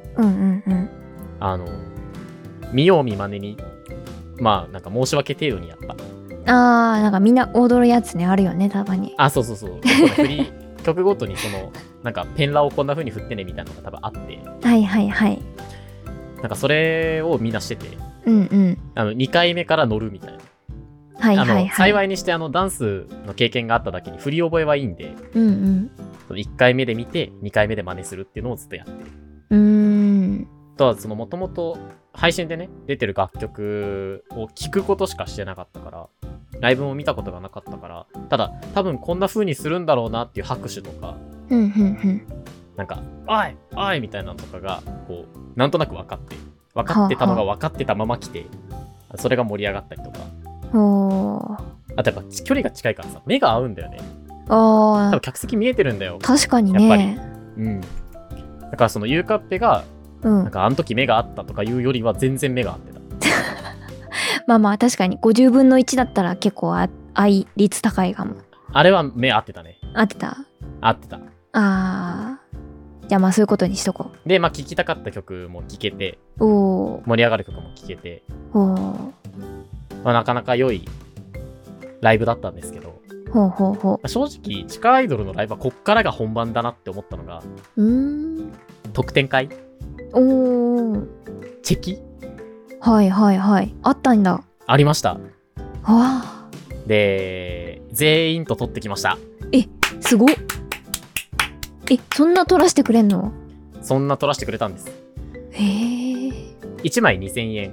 見よう見まねに、なんか申し訳程度にやった。 なんかみんな踊るやつね、あるよね、たまに。 そう。曲ごとになんかペンラをこんな風に振ってねみたいなのが多分あって。なんかそれをみんなしてて、2回目から乗るみたいな。幸いにしてダンスの経験があっただけに振り覚えはいいんで、1回目で見て2回目で真似するっていうのをずっとやってる。とはもともと配信でね出てる楽曲を聴くことしかしてなかったから、ライブも見たことがなかったから、ただ多分こんな風にするんだろうなっていう拍手とか、なんかおいみたいなのとかがこうなんとなく分かってたのが分かってたまま来て、それが盛り上がったりとか。あとやっぱ距離が近いからさ、目が合うんだよね。多分客席見えてるんだよ。 確かにね。 やっぱり。だからユーカッペがなんかあの時目が合ったとかいうよりは全然目が合ってた。 確かに50分の1だったら結構愛率高いかも。 あれは目合ってたね。 合ってた。じゃあそういうことにしとこう。で聴きたかった曲も聴けて、盛り上がる曲も聴けて、なかなか良いライブだったんですけど、正直地下アイドルのライブはこっからが本番だなって思ったのが、特典会。チェキ。 あったんだ。 ありました。で、全員と撮ってきました。 すごっ。そんな撮らせてくれんの？ そんな撮らせてくれたんです。1枚2000円。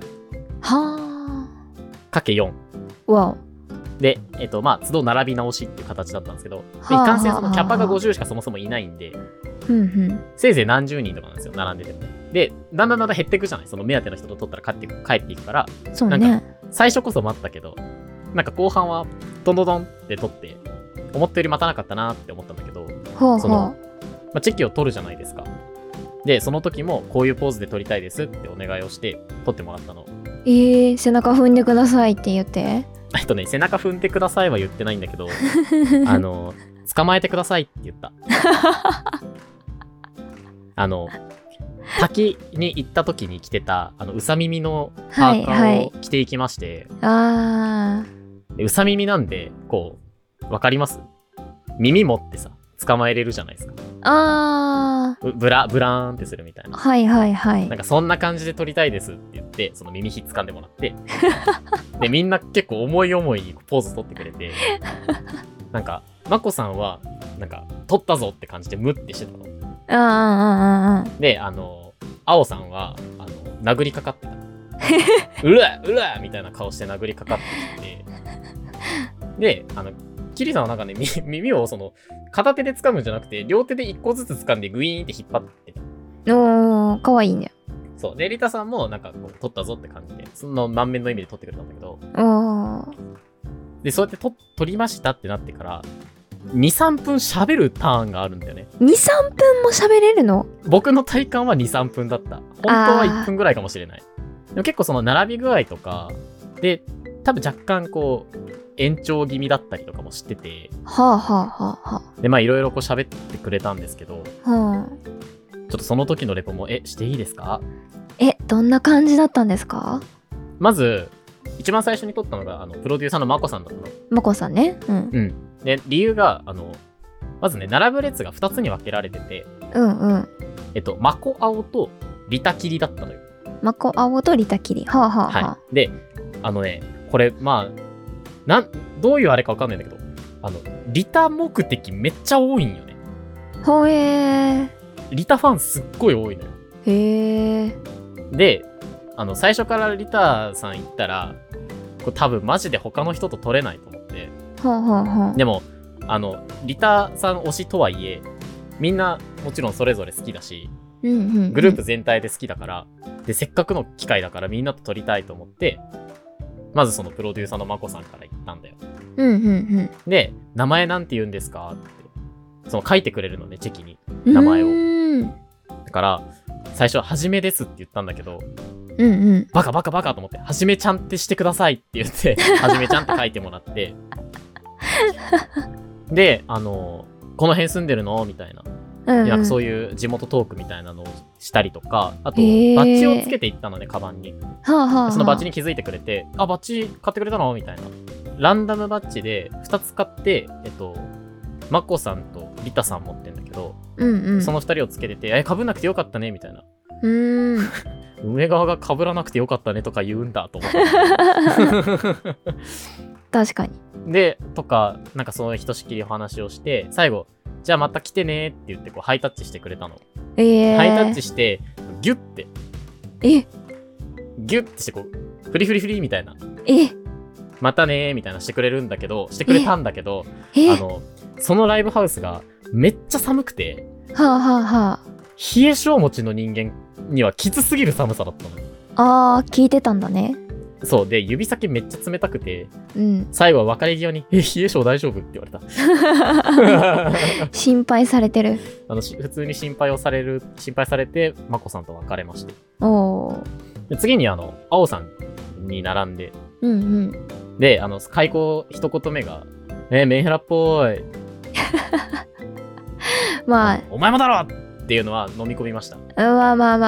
かけ4。で、都度並び直しっていう形だったんですけど、いかんせんキャパが50しかそもそもいないんで、せいぜい何十人とかなんですよ、並んでても。で、だんだん減っていくじゃない。その目当ての人と撮ったら帰っていくから、なんか最初こそ待ったけど、なんか後半はどんどんって撮って、思ったより待たなかったなって思ったんだけど、チェキを撮るじゃないですか。で、その時もこういうポーズで撮りたいですってお願いをして撮ってもらったの。 背中踏んでくださいって言って。 背中踏んでくださいは言ってないんだけど、捕まえてくださいって言った。滝に行った時に着てた、うさ耳のパーカーを着ていきまして、うさ耳なんで、こう、わかります？耳持ってさ、捕まえれるじゃないですか。ブラーンってするみたいな。 はいはいはい。 なんかそんな感じで撮りたいですって言って、その耳ひっ掴んでもらって、で、みんな結構思い思いにポーズ撮ってくれて、なんか、まこさんは、なんか、撮ったぞって感じでムッてしてたの。で、青さんは、殴りかかってた。うらうらみたいな顔して殴りかかってきて、で、キリさんはなんかね、耳をその、片手で掴むんじゃなくて、両手で一個ずつ掴んでグイーンって引っ張ってた。 かわいいね。 そう。で、リタさんもなんかこう、撮ったぞって感じで、その満面の意味で撮ってくれたんだけど、で、そうやって撮りましたってなってから、2、3分喋るターンがあるんだよね。 2、3分も喋れるの？ 僕の体感は2、3分だった。本当は1分ぐらいかもしれない。でも結構その並び具合とか、で、多分若干こう、延長気味だったりとかもしてて。で、まあいろいろこう喋ってくれたんですけど、ちょっとその時のレポも、していいですか？ どんな感じだったんですか？ まず、一番最初に撮ったのが、プロデューサーのまこさんだったの。 まこさんね。 で、理由が、まずね、並ぶ列が2つに分けられてて、まこ青とリタキリだったのよ。 まこ青とリタキリ。 はい。で、これ、まあ、どういうあれか分かんないんだけど、リタ目的めっちゃ多いんよね。リタファンすっごい多いのよ。で、最初からリタさん行ったら、これ多分マジで他の人と撮れないと思って。でも、リタさん推しとはいえ、みんなもちろんそれぞれ好きだし、グループ全体で好きだから、で、せっかくの機会だからみんなと撮りたいと思って、まずそのプロデューサーのまこさんから言ったんだよ。で、名前なんて言うんですかって、その書いてくれるのね、チェキに、名前を。だから、最初ははじめですって言ったんだけど、バカバカバカと思って、はじめちゃんってしてくださいって言って、はじめちゃんって書いてもらって、で、この辺住んでるのみたいな。なんかそういう地元トークみたいなのをしたりとか、あと、バッジをつけていったのね、カバンに。そのバッジに気づいてくれて、バッジ買ってくれたのみたいな。ランダムバッジで2つ買って、マコさんとリタさん持ってんだけど、その2人をつけてて、被んなくてよかったねみたいな。上側が被らなくてよかったねとか言うんだと思って。 確かに。 で、とか、なんかそのひとしきりお話をして、最後、じゃあまた来てねって言ってこうハイタッチしてくれたの。ハイタッチして、ギュッて。ギュッてしてこう、フリフリフリみたいな。またねーみたいなしてくれるんだけど、してくれたんだけど、そのライブハウスがめっちゃ寒くて、冷え性持ちの人間にはきつすぎる寒さだったの。聞いてたんだね。 そうで、指先めっちゃ冷たくて、最後は別れ際に冷え性大丈夫って言われた。心配されてる。 普通に心配されてまこさんと別れまして。で次に青さんに並んで、で開口一言目がメンヘラっぽいまあお前もだろっていうのは飲み込みました。 ま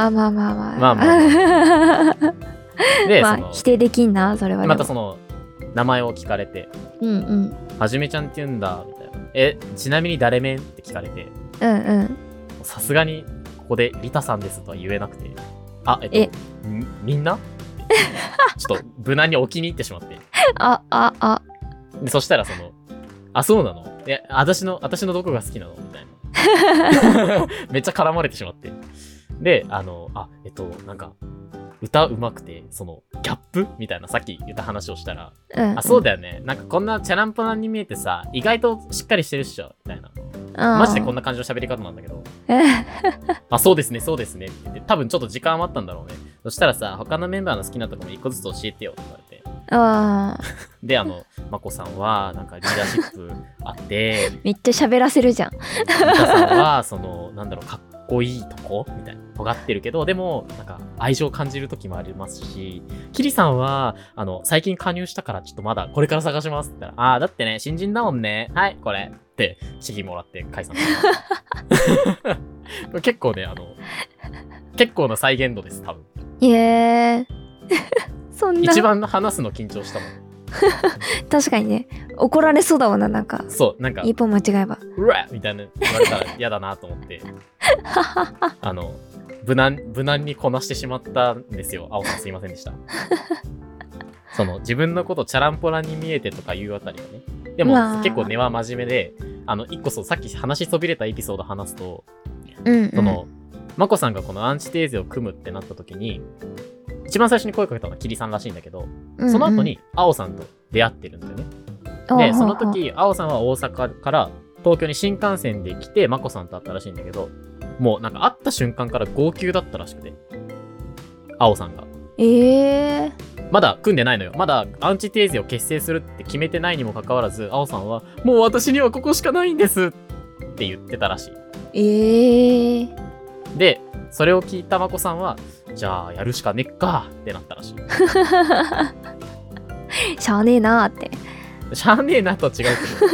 あで、否定できんな、それは。 またその、名前を聞かれて、はじめちゃんって言うんだ、みたいな。ちなみに誰めんって聞かれて、さすがに、ここでリタさんですとは言えなくて、みんなちょっと、無難に置きに行ってしまって。で、そしたらそうなの？私のどこが好きなのみたいな。めっちゃ絡まれてしまって。で、なんか、歌うまくて、ギャップみたいなさっき言った話をしたら、そうだよね。なんかこんなチャランポランに見えてさ、意外としっかりしてるっしょみたいな。マジでこんな感じの喋り方なんだけど。そうですね、そうですねって言って、多分ちょっと時間余ったんだろうね。そしたらさ、他のメンバーの好きなとこも一個ずつ教えてよって言われて。で、まこさんは、なんかリーダーシップあって、 めっちゃ喋らせるじゃん。 リタさんは、なんだろう、 っこいいとこみたいな。尖ってるけど、でも、なんか、愛情感じる時もありますし、キリさんは、最近加入したからちょっとまだこれから探しますって言ったら、だってね、新人だもんね。はい、これ。って、資金もらって解散。結構ね、結構な再現度です、多分。 そんな。 一番話すの緊張したもん。 確かにね、怒られそうだもんな、なんか。 そう、なんか。 一本間違えば。 うわっみたいな言われたら嫌だなと思って。無難にこなしてしまったんですよ。青さんすいませんでした。自分のことチャランポランに見えてとか言うあたりがね。でも、結構根は真面目で、一個さっき話しそびれたエピソード話すと、まこさんがこのアンチテーゼを組むってなった時に、一番最初に声かけたのはキリさんらしいんだけど、その後に青さんと出会ってるんだよね。で、その時、青さんは大阪から東京に新幹線で来て、まこさんと会ったらしいんだけど、もうなんか会った瞬間から号泣だったらしくて、青さんが。まだ組んでないのよ。まだアンチテーゼを結成するって決めてないにもかかわらず、青さんは、もう私にはここしかないんですって言ってたらしい。で、それを聞いたまこさんは、じゃあやるしかねっかってなったらしい。 しゃあねえなーって。 しゃあねえなとは違うけ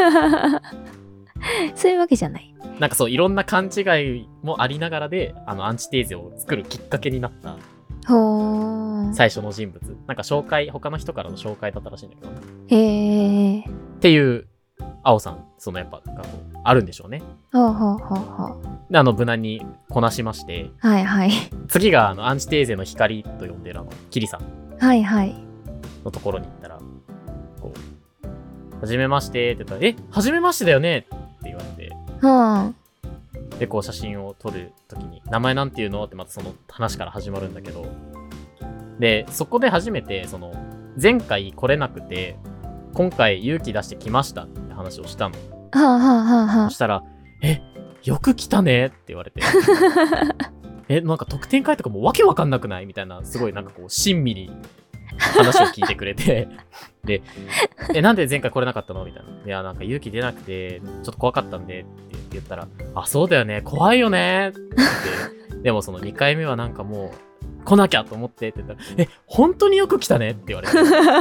ど。そういうわけじゃない。 なんかそう、いろんな勘違いもありながらで、アンチテーゼを作るきっかけになった。最初の人物。なんか他の人からの紹介だったらしいんだけどね。っていう、青さん、やっぱ、あるんでしょうね。で、無難にこなしまして。次が、アンチテーゼの光と呼んでるキリさん。のところに行ったら、はじめましてって言ったら、はじめましてだよねって言われて。で、写真を撮るときに、名前なんていうのってまたその話から始まるんだけど、で、そこで初めて、前回来れなくて、今回勇気出してきましたって話をしたの。そしたら、よく来たねって言われて。なんか特典会とかもうわけわかんなくないみたいな、すごいなんか親身に話を聞いてくれて。で、なんで前回来れなかったのみたいな。いや、なんか勇気出なくて、ちょっと怖かったんでって言ったら、そうだよね、怖いよねって言って。でも2回目はなんかもう、来なきゃと思ってって言ったら、本当によく来たねって言われて。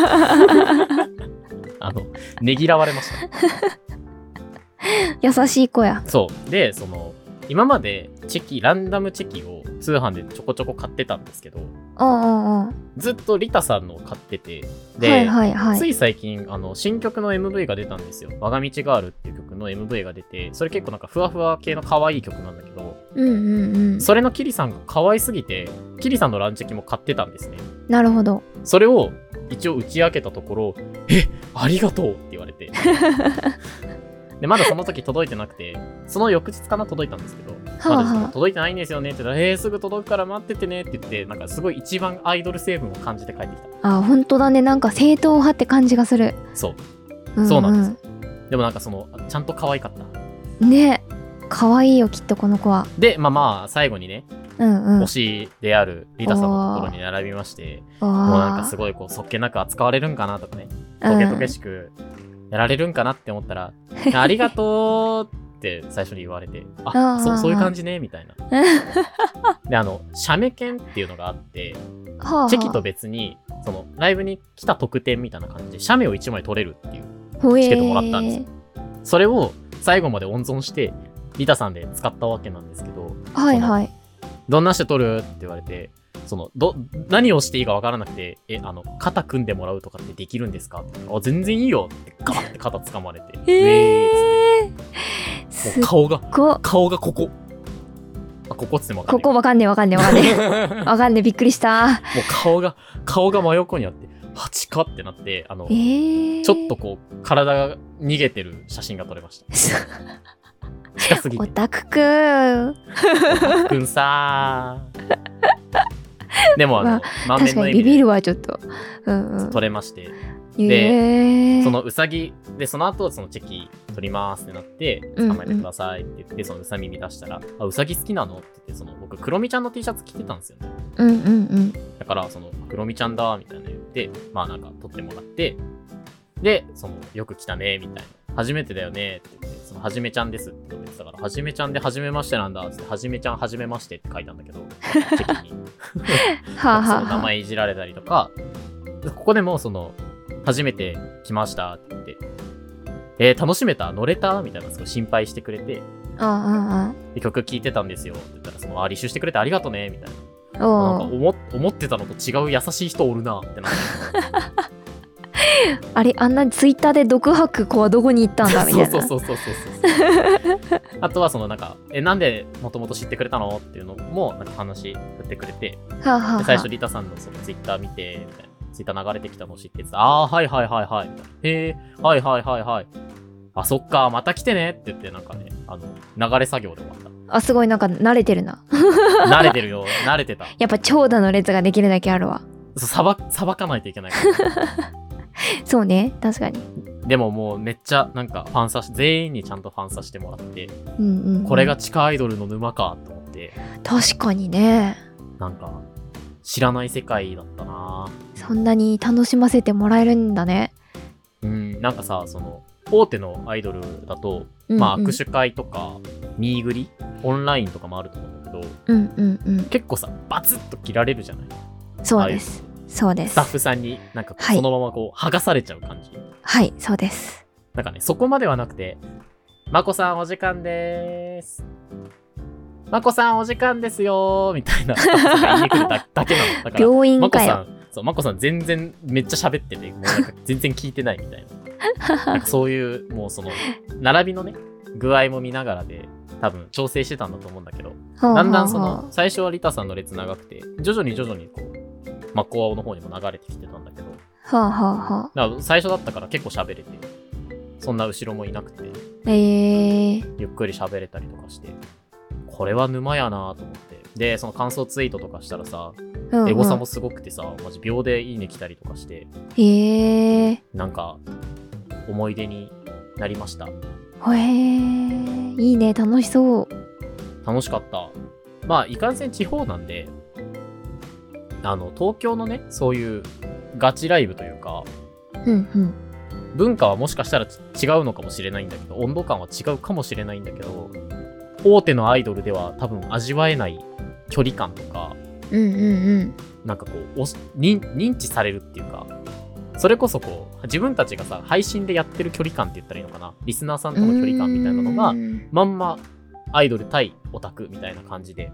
ねぎらわれました。 優しい子や。 そう。で、今までランダムチェキを通販でちょこちょこ買ってたんですけど、ずっとリタさんのを買ってて、で、つい最近、新曲の MV が出たんですよ。我が道ガールっていう曲の MV が出て、それ結構なんかふわふわ系の可愛い曲なんだけど、それのキリさんが可愛すぎて、キリさんのランチェキも買ってたんですね。 なるほど。 それを一応打ち明けたところ、ありがとうって言われて。で、まだその時届いてなくて、その翌日かな届いたんですけど、まだ届いてないんですよねって言ったら、すぐ届くから待っててねって言って、なんかすごい一番アイドル成分を感じて帰ってきた。 本当だね。なんか正統派って感じがする。 そう。そうなんですよ。でもなんかちゃんと可愛かった。 ね。可愛いよ、きっとこの子は。 で、まあ、最後にね、推しであるリタさんのところに並びまして、もうなんかすごいそっけなく扱われるんかなとかね、トゲトゲしくやられるんかなって思ったら、ありがとうって最初に言われて、そういう感じね、みたいな。で、写メ券っていうのがあって、チェキと別に、ライブに来た特典みたいな感じで、写メを1枚取れるっていうチケットもらったんですよ。それを最後まで温存して、リタさんで使ったわけなんですけど、どんなして撮るって言われて、何をしていいかわからなくて、肩組んでもらうとかってできるんですかって。全然いいよってガーって肩掴まれて。もう顔がここ。ここっつってもわかんない。 ここわかんねえ。わかんねえ、びっくりした。もう顔が真横にあって、8かってなって、ちょっと体が逃げてる写真が撮れました。近すぎて。 オタクくん。 オタクくんさー。でも確かにビビるわちょっと。 撮れまして。で、うさぎでその後チェキ撮りますってなって捕まえてくださいって言って、うさ耳出したら、うさぎ好きなのって言って、僕クロミちゃんの T シャツ着てたんですよね。だからクロミちゃんだみたいな言って、なんか撮ってもらって、でよく来たねみたい初めてだよねって言って、そのはじめちゃんですって言ってたから、はじめちゃんではじめましてなんだって、はじめちゃんはじめましてって書いたんだけど、チェキに。 はあはあ、 その名前いじられたりとか、ここでもその、初めて来ましたって言って、楽しめた乗れたみたいなすごい心配してくれて、で曲聴いてたんですよって言ったら、その、履修してくれてありがとねみたいな。なんか思ってたのと違う優しい人おるなってなって。 あれ、あんなツイッターで毒吐く子はどこに行ったんだみたいな。 そう。あとはそのなんか、なんでもともと知ってくれたのっていうのもなんか話振ってくれて、で最初リタさんのそのツイッター見てみたいな、ツイッター流れてきたのを知ってて、はいはいはいはいみたいな、へえ、はいはいはいはい、あ、そっか、また来てねって言って、なんかね、流れ作業で終わった。 すごいなんか慣れてるな。 慣れてるよ、慣れてた。 やっぱ長蛇の列ができるだけあるわ。 さばかないといけないから。 そうね、確かに。 でももうめっちゃなんか全員にちゃんとファンさせてもらって、これが地下アイドルの沼かと思って。 確かにね。 なんか知らない世界だったな。 そんなに楽しませてもらえるんだね。 なんかさ、その大手のアイドルだと、まあ握手会とかミーグリオンラインとかもあると思うんだけど、結構さバツッと切られるじゃない。 そうです。そうです。 スタッフさんになんかそのままこう剥がされちゃう感じ。 はい、そうです。 なんかね、そこまではなくて、まこさんお時間でーす。まこさんお時間ですよーみたいなスタッフさんが言いに来るだけなの。だから病院かよ。 まこさん全然めっちゃ喋ってて、もうなんか全然聞いてないみたいな。なんかそういう、もうその、並びのね、具合も見ながらで、多分調整してたんだと思うんだけど、だんだんその、最初はリタさんの列長くて、徐々にこう、マコアの方にも流れてきてたんだけど、だから最初だったから結構喋れて、そんな後ろもいなくて、ゆっくり喋れたりとかして、これは沼やなと思って。で、その感想ツイートとかしたらさ、エゴサもすごくてさ、マジ秒でいいね来たりとかして、なんか思い出になりました。 いいね、楽しそう。 楽しかった。まあいかんせん地方なんで、東京のね、そういうガチライブというか、文化はもしかしたら違うのかもしれないんだけど、温度感は違うかもしれないんだけど、大手のアイドルでは多分味わえない距離感とか、なんかこう認知されるっていうか、それこそこう自分たちがさ配信でやってる距離感って言ったらいいのかな、リスナーさんとの距離感みたいなのがまんまアイドル対オタクみたいな感じで、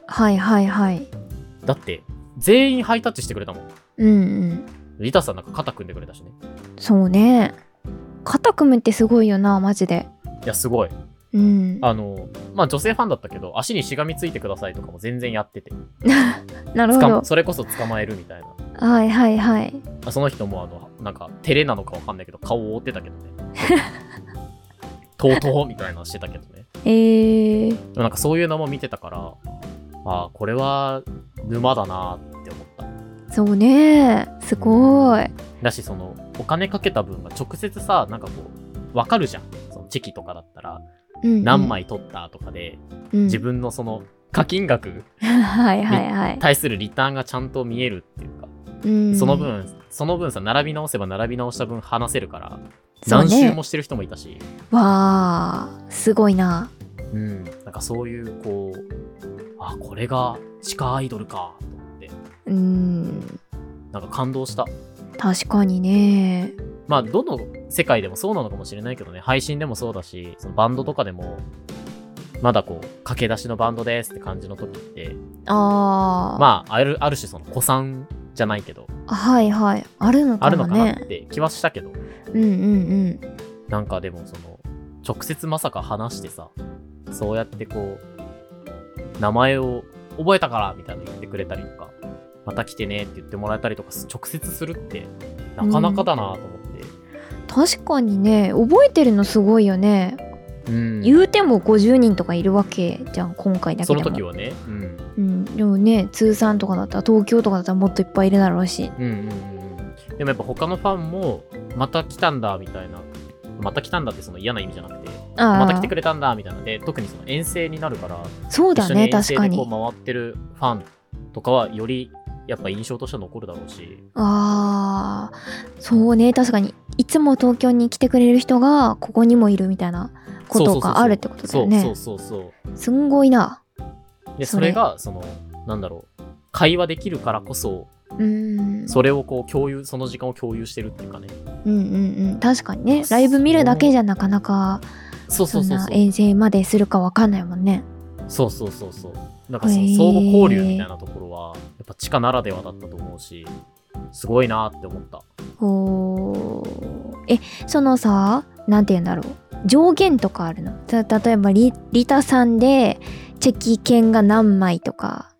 だって全員ハイタッチしてくれたもん。リタさんなんか肩組んでくれたしね。 そうね、肩組むってすごいよな、マジで。 いやすごい。まあ女性ファンだったけど、足にしがみついてくださいとかも全然やってて。 なるほど。 それこそ捕まえるみたいな。その人もなんか照れなのかわかんないけど顔を覆ってたけどね。とうとうみたいなのしてたけどね。でもなんかそういうのも見てたから、これは沼だなって思った。 そうね、すごい。 だしそのお金かけた分が直接さ、なんかこうわかるじゃん。そのチェキとかだったら。何枚取ったとかで、自分のその課金額に対するリターンがちゃんと見えるっていうか、その分さ、並び直せば並び直した分話せるから、何周もしてる人もいたし、 わー、すごいな。 なんかそういうこう、これが地下アイドルかと思って、なんか感動した。 確かにね。 まあどの世界でもそうなのかもしれないけどね、配信でもそうだし、そのバンドとかでもまだこう駆け出しのバンドですって感じの時って、まあある種その古参じゃないけど、 あるのかもね。あるのかなって気はしたけど、なんかでもその直接まさか話してさ、そうやってこう名前を覚えたからみたいな言ってくれたりとか、また来てねって言ってもらえたりとか直接するってなかなかだなと思って。 確かにね、覚えてるのすごいよね。言うても50人とかいるわけじゃん、今回だけでも。 その時はね。 でもね、通算とかだったら、東京とかだったらもっといっぱいいるだろうし。 でもやっぱ他のファンもまた来たんだみたいな、また来たんだってその嫌な意味じゃなくて、また来てくれたんだみたいなで、特にその遠征になるから、 そうだね、確かに。 こう回ってるファンとかはよりやっぱ印象としては残るだろうし。 そうね、確かにいつも東京に来てくれる人がここにもいるみたいなことがあるってことだよね。 そうすんごいな。 でそれがなんだろう、会話できるからこそ、それをこう共有、その時間を共有してるっていうかね。 確かにね、ライブ見るだけじゃなかなかそんな遠征までするかわかんないもんね。 そうなんかその相互交流みたいなところはやっぱ地下ならではだったと思うし、すごいなって思った。 そのさ、なんて言うんだろう、上限とかあるの？例えばリタさんでチェキ券が何枚とか。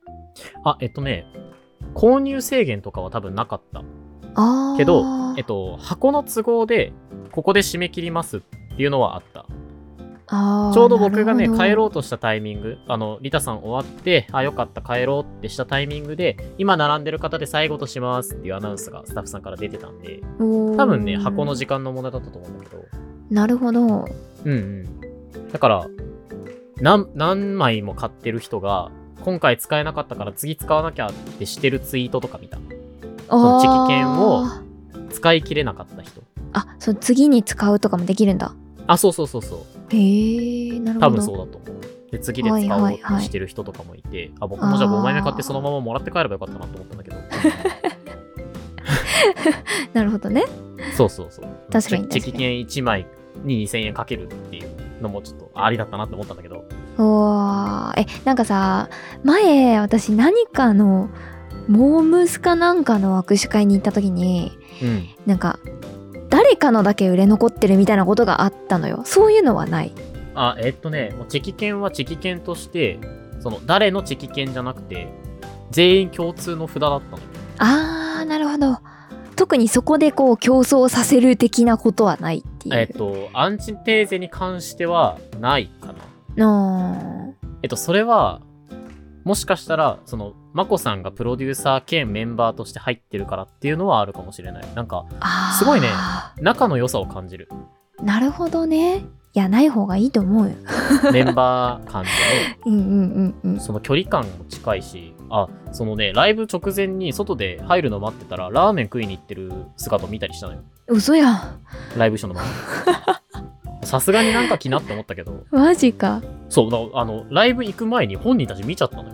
購入制限とかは多分なかったけど、箱の都合でここで締め切りますっていうのはあった。ちょうど僕がね帰ろうとしたタイミング、リタさん終わってよかった帰ろうってしたタイミングで、今並んでる方で最後としますっていうアナウンスがスタッフさんから出てたんで、多分ね箱の時間の問題だったと思うんだけど。 なるほど。 だから何枚も買ってる人が今回使えなかったから次使わなきゃってしてるツイートとか見た。そのチェキ券を使い切れなかった人。 そう、次に使うとかもできるんだ。 そう。 へえ、なるほど。 多分そうだと思う。で、次で使おうとしてる人とかもいて、僕もじゃあ5枚目買ってそのままもらって帰ればよかったなと思ったんだけど。 なるほどね。 そう。 確かに。 チェキ券1枚に2000円かけるっていうのもちょっとありだったなって思ったんだけど。 なんかさ、前私何かのモームスかなんかの握手会に行った時に、なんか誰かのだけ売れ残ってるみたいなことがあったのよ。そういうのはない？ チェキ券はチェキ券として、誰のチェキ券じゃなくて全員共通の札だったのよ。 なるほど。特にそこでこう競争させる的なことはないっていう。 アンチテーゼに関してはないかな。それはもしかしたらマコさんがプロデューサー兼メンバーとして入ってるからっていうのはあるかもしれない。なんかすごいね、仲の良さを感じる。 なるほどね。いや、ない方がいいと思うよ。 メンバー間でその距離感も近いし、ライブ直前に外で入るの待ってたらラーメン食いに行ってる姿を見たりしたのよ。 嘘やん。 ライブ一緒のまま。さすがになんか気なって思ったけど。 マジか。 そうライブ行く前に本人たち見ちゃったのよ。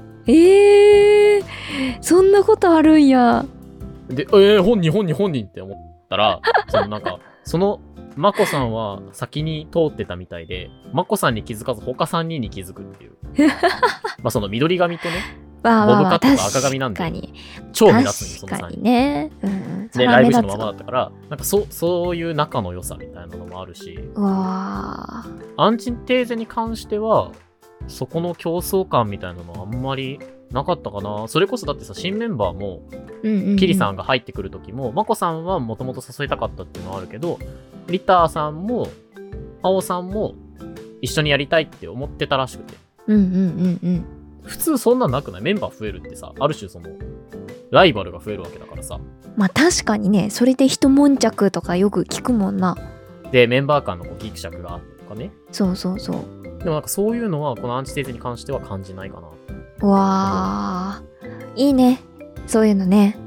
そんなことあるんや。 で、本人って思ったら、マコさんは先に通ってたみたいで、マコさんに気づかず他3人に気づくっていう。緑髪とね、ボブカットと赤髪なんで、超目立つんよ、その3人。 確かにね。 で、ライブ一緒のままだったから、なんかそういう仲の良さみたいなのもあるし、 アンチテーゼに関しては、そこの競争感みたいなのはあんまりなかったかな。それこそだってさ、新メンバーも、キリさんが入ってくる時も、マコさんはもともと誘いたかったっていうのはあるけど、リターさんも、アオさんも一緒にやりたいって思ってたらしくて。普通そんなんなくない？メンバー増えるってさ、ある種ライバルが増えるわけだからさ。 確かにね、それで一悶着とかよく聞くもんな。 で、メンバー間のギクシャクがあってとかね。 そう。 でもなんかそういうのは、このアンチテーゼに関しては感じないかな。いいね。そういうのね。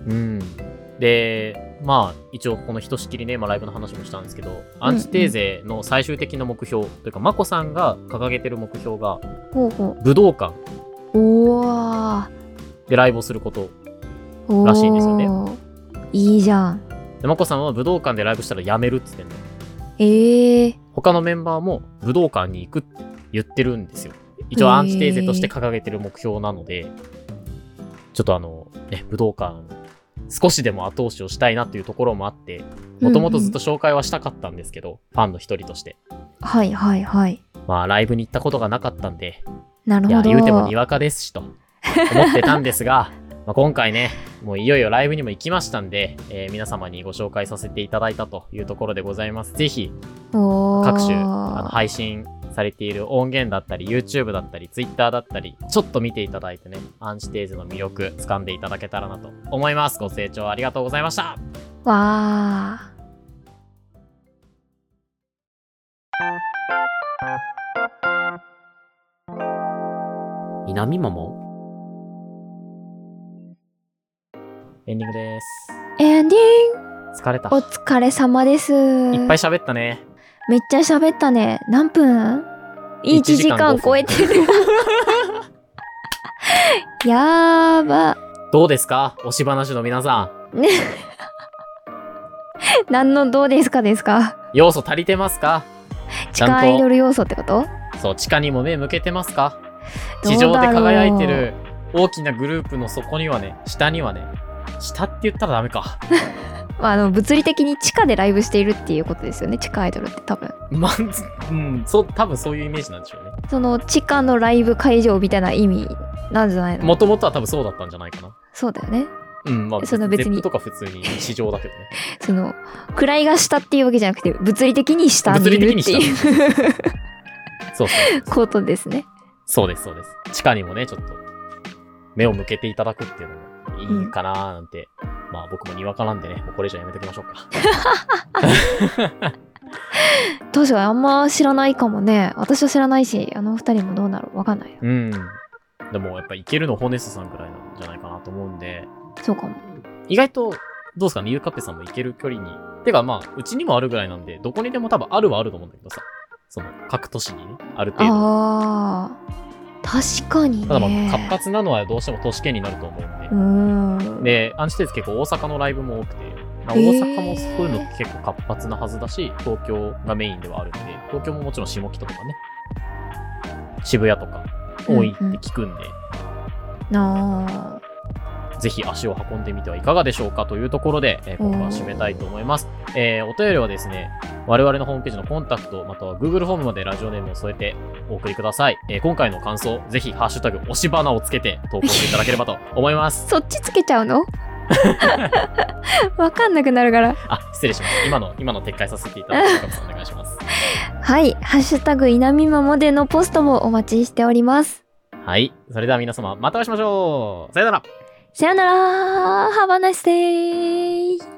で、一応このひとしきりね、ライブの話もしたんですけど、アンチテーゼの最終的な目標というか、マコさんが掲げてる目標が、武道館でライブをすることらしいんですよね。 いいじゃん。 で、マコさんは武道館でライブしたらやめるって言ってんの。他のメンバーも武道館に行くって言ってるんですよ。一応アンチテーゼとして掲げてる目標なので、ちょっと武道館少しでも後押しをしたいなというところもあって、もともとずっと紹介はしたかったんですけど、ファンの一人として。 はい。 ライブに行ったことがなかったんで、 なるほど。 言うてもにわかですしと思ってたんですが、今回ね、もういよいよライブにも行きましたんで、皆様にご紹介させていただいたというところでございます。ぜひ、各種配信されている音源だったり、YouTube だったり、Twitter だったり、ちょっと見ていただいてね、アンチテーゼの魅力掴んでいただけたらなと思います。ご清聴ありがとうございました。南桃エンディングです。 エンディング疲れた。 お疲れ様です。 いっぱい喋ったね。 めっちゃ喋ったね。何分 ?1 時間超えてる。やーば。 どうですか推し話の皆さん。ね。 何のどうですかですか？ 要素足りてますか？ 地下アイドル要素ってこと？ そう、地下にも目向けてますか？地上で輝いてる大きなグループの底にはね、下にはね、下って言ったらダメか。 物理的に地下でライブしているっていうことですよね、地下アイドルって多分。 多分そういうイメージなんでしょうね。 その地下のライブ会場みたいな意味なんじゃないの？ もともとは多分そうだったんじゃないかな。 そうだよね。 その別に ZEP とか普通に地上だけどね。 その位が下っていうわけじゃなくて物理的に下にいるっていうそうことですね。 そうです。地下にもねちょっと目を向けていただくっていうのもいいかなーなんて、僕もにわかなんでね、もうこれ以上やめておきましょうか。 確かにあんま知らないかもね。私は知らないし、あの二人もどうなるわかんない。 でもやっぱいけるのホネスさんくらいなんじゃないかなと思うんで。 そうかも。 意外と、どうですかね、ゆうかっぺさんもいける距離に。てかうちにもあるぐらいなんで、どこにでも多分あるはあると思うんだけどさ。その、各都市にね、ある程度。 確かにね。 ただ活発なのはどうしても都市圏になると思うんで。で、アンチテーズ結構大阪のライブも多くて、大阪もそういうの結構活発なはずだし、東京がメインではあるんで、東京ももちろん下北とかね、渋谷とか多いって聞くんで。ぜひ足を運んでみてはいかがでしょうかというところで、今回は締めたいと思います。お便りはですね、我々のホームページのコンタクト、または Google フォームまでラジオネームを添えてお送りください。今回の感想、ぜひハッシュタグ、推し花をつけて投稿していただければと思います。 そっちつけちゃうの？わかんなくなるから。 失礼します。今の撤回させていただきます。お願いします。 はい、ハッシュタグ、いなみまもでのポストもお待ちしております。 はい、それでは皆様、またお会いしましょう。さよなら。 さよなら。Have a nice day.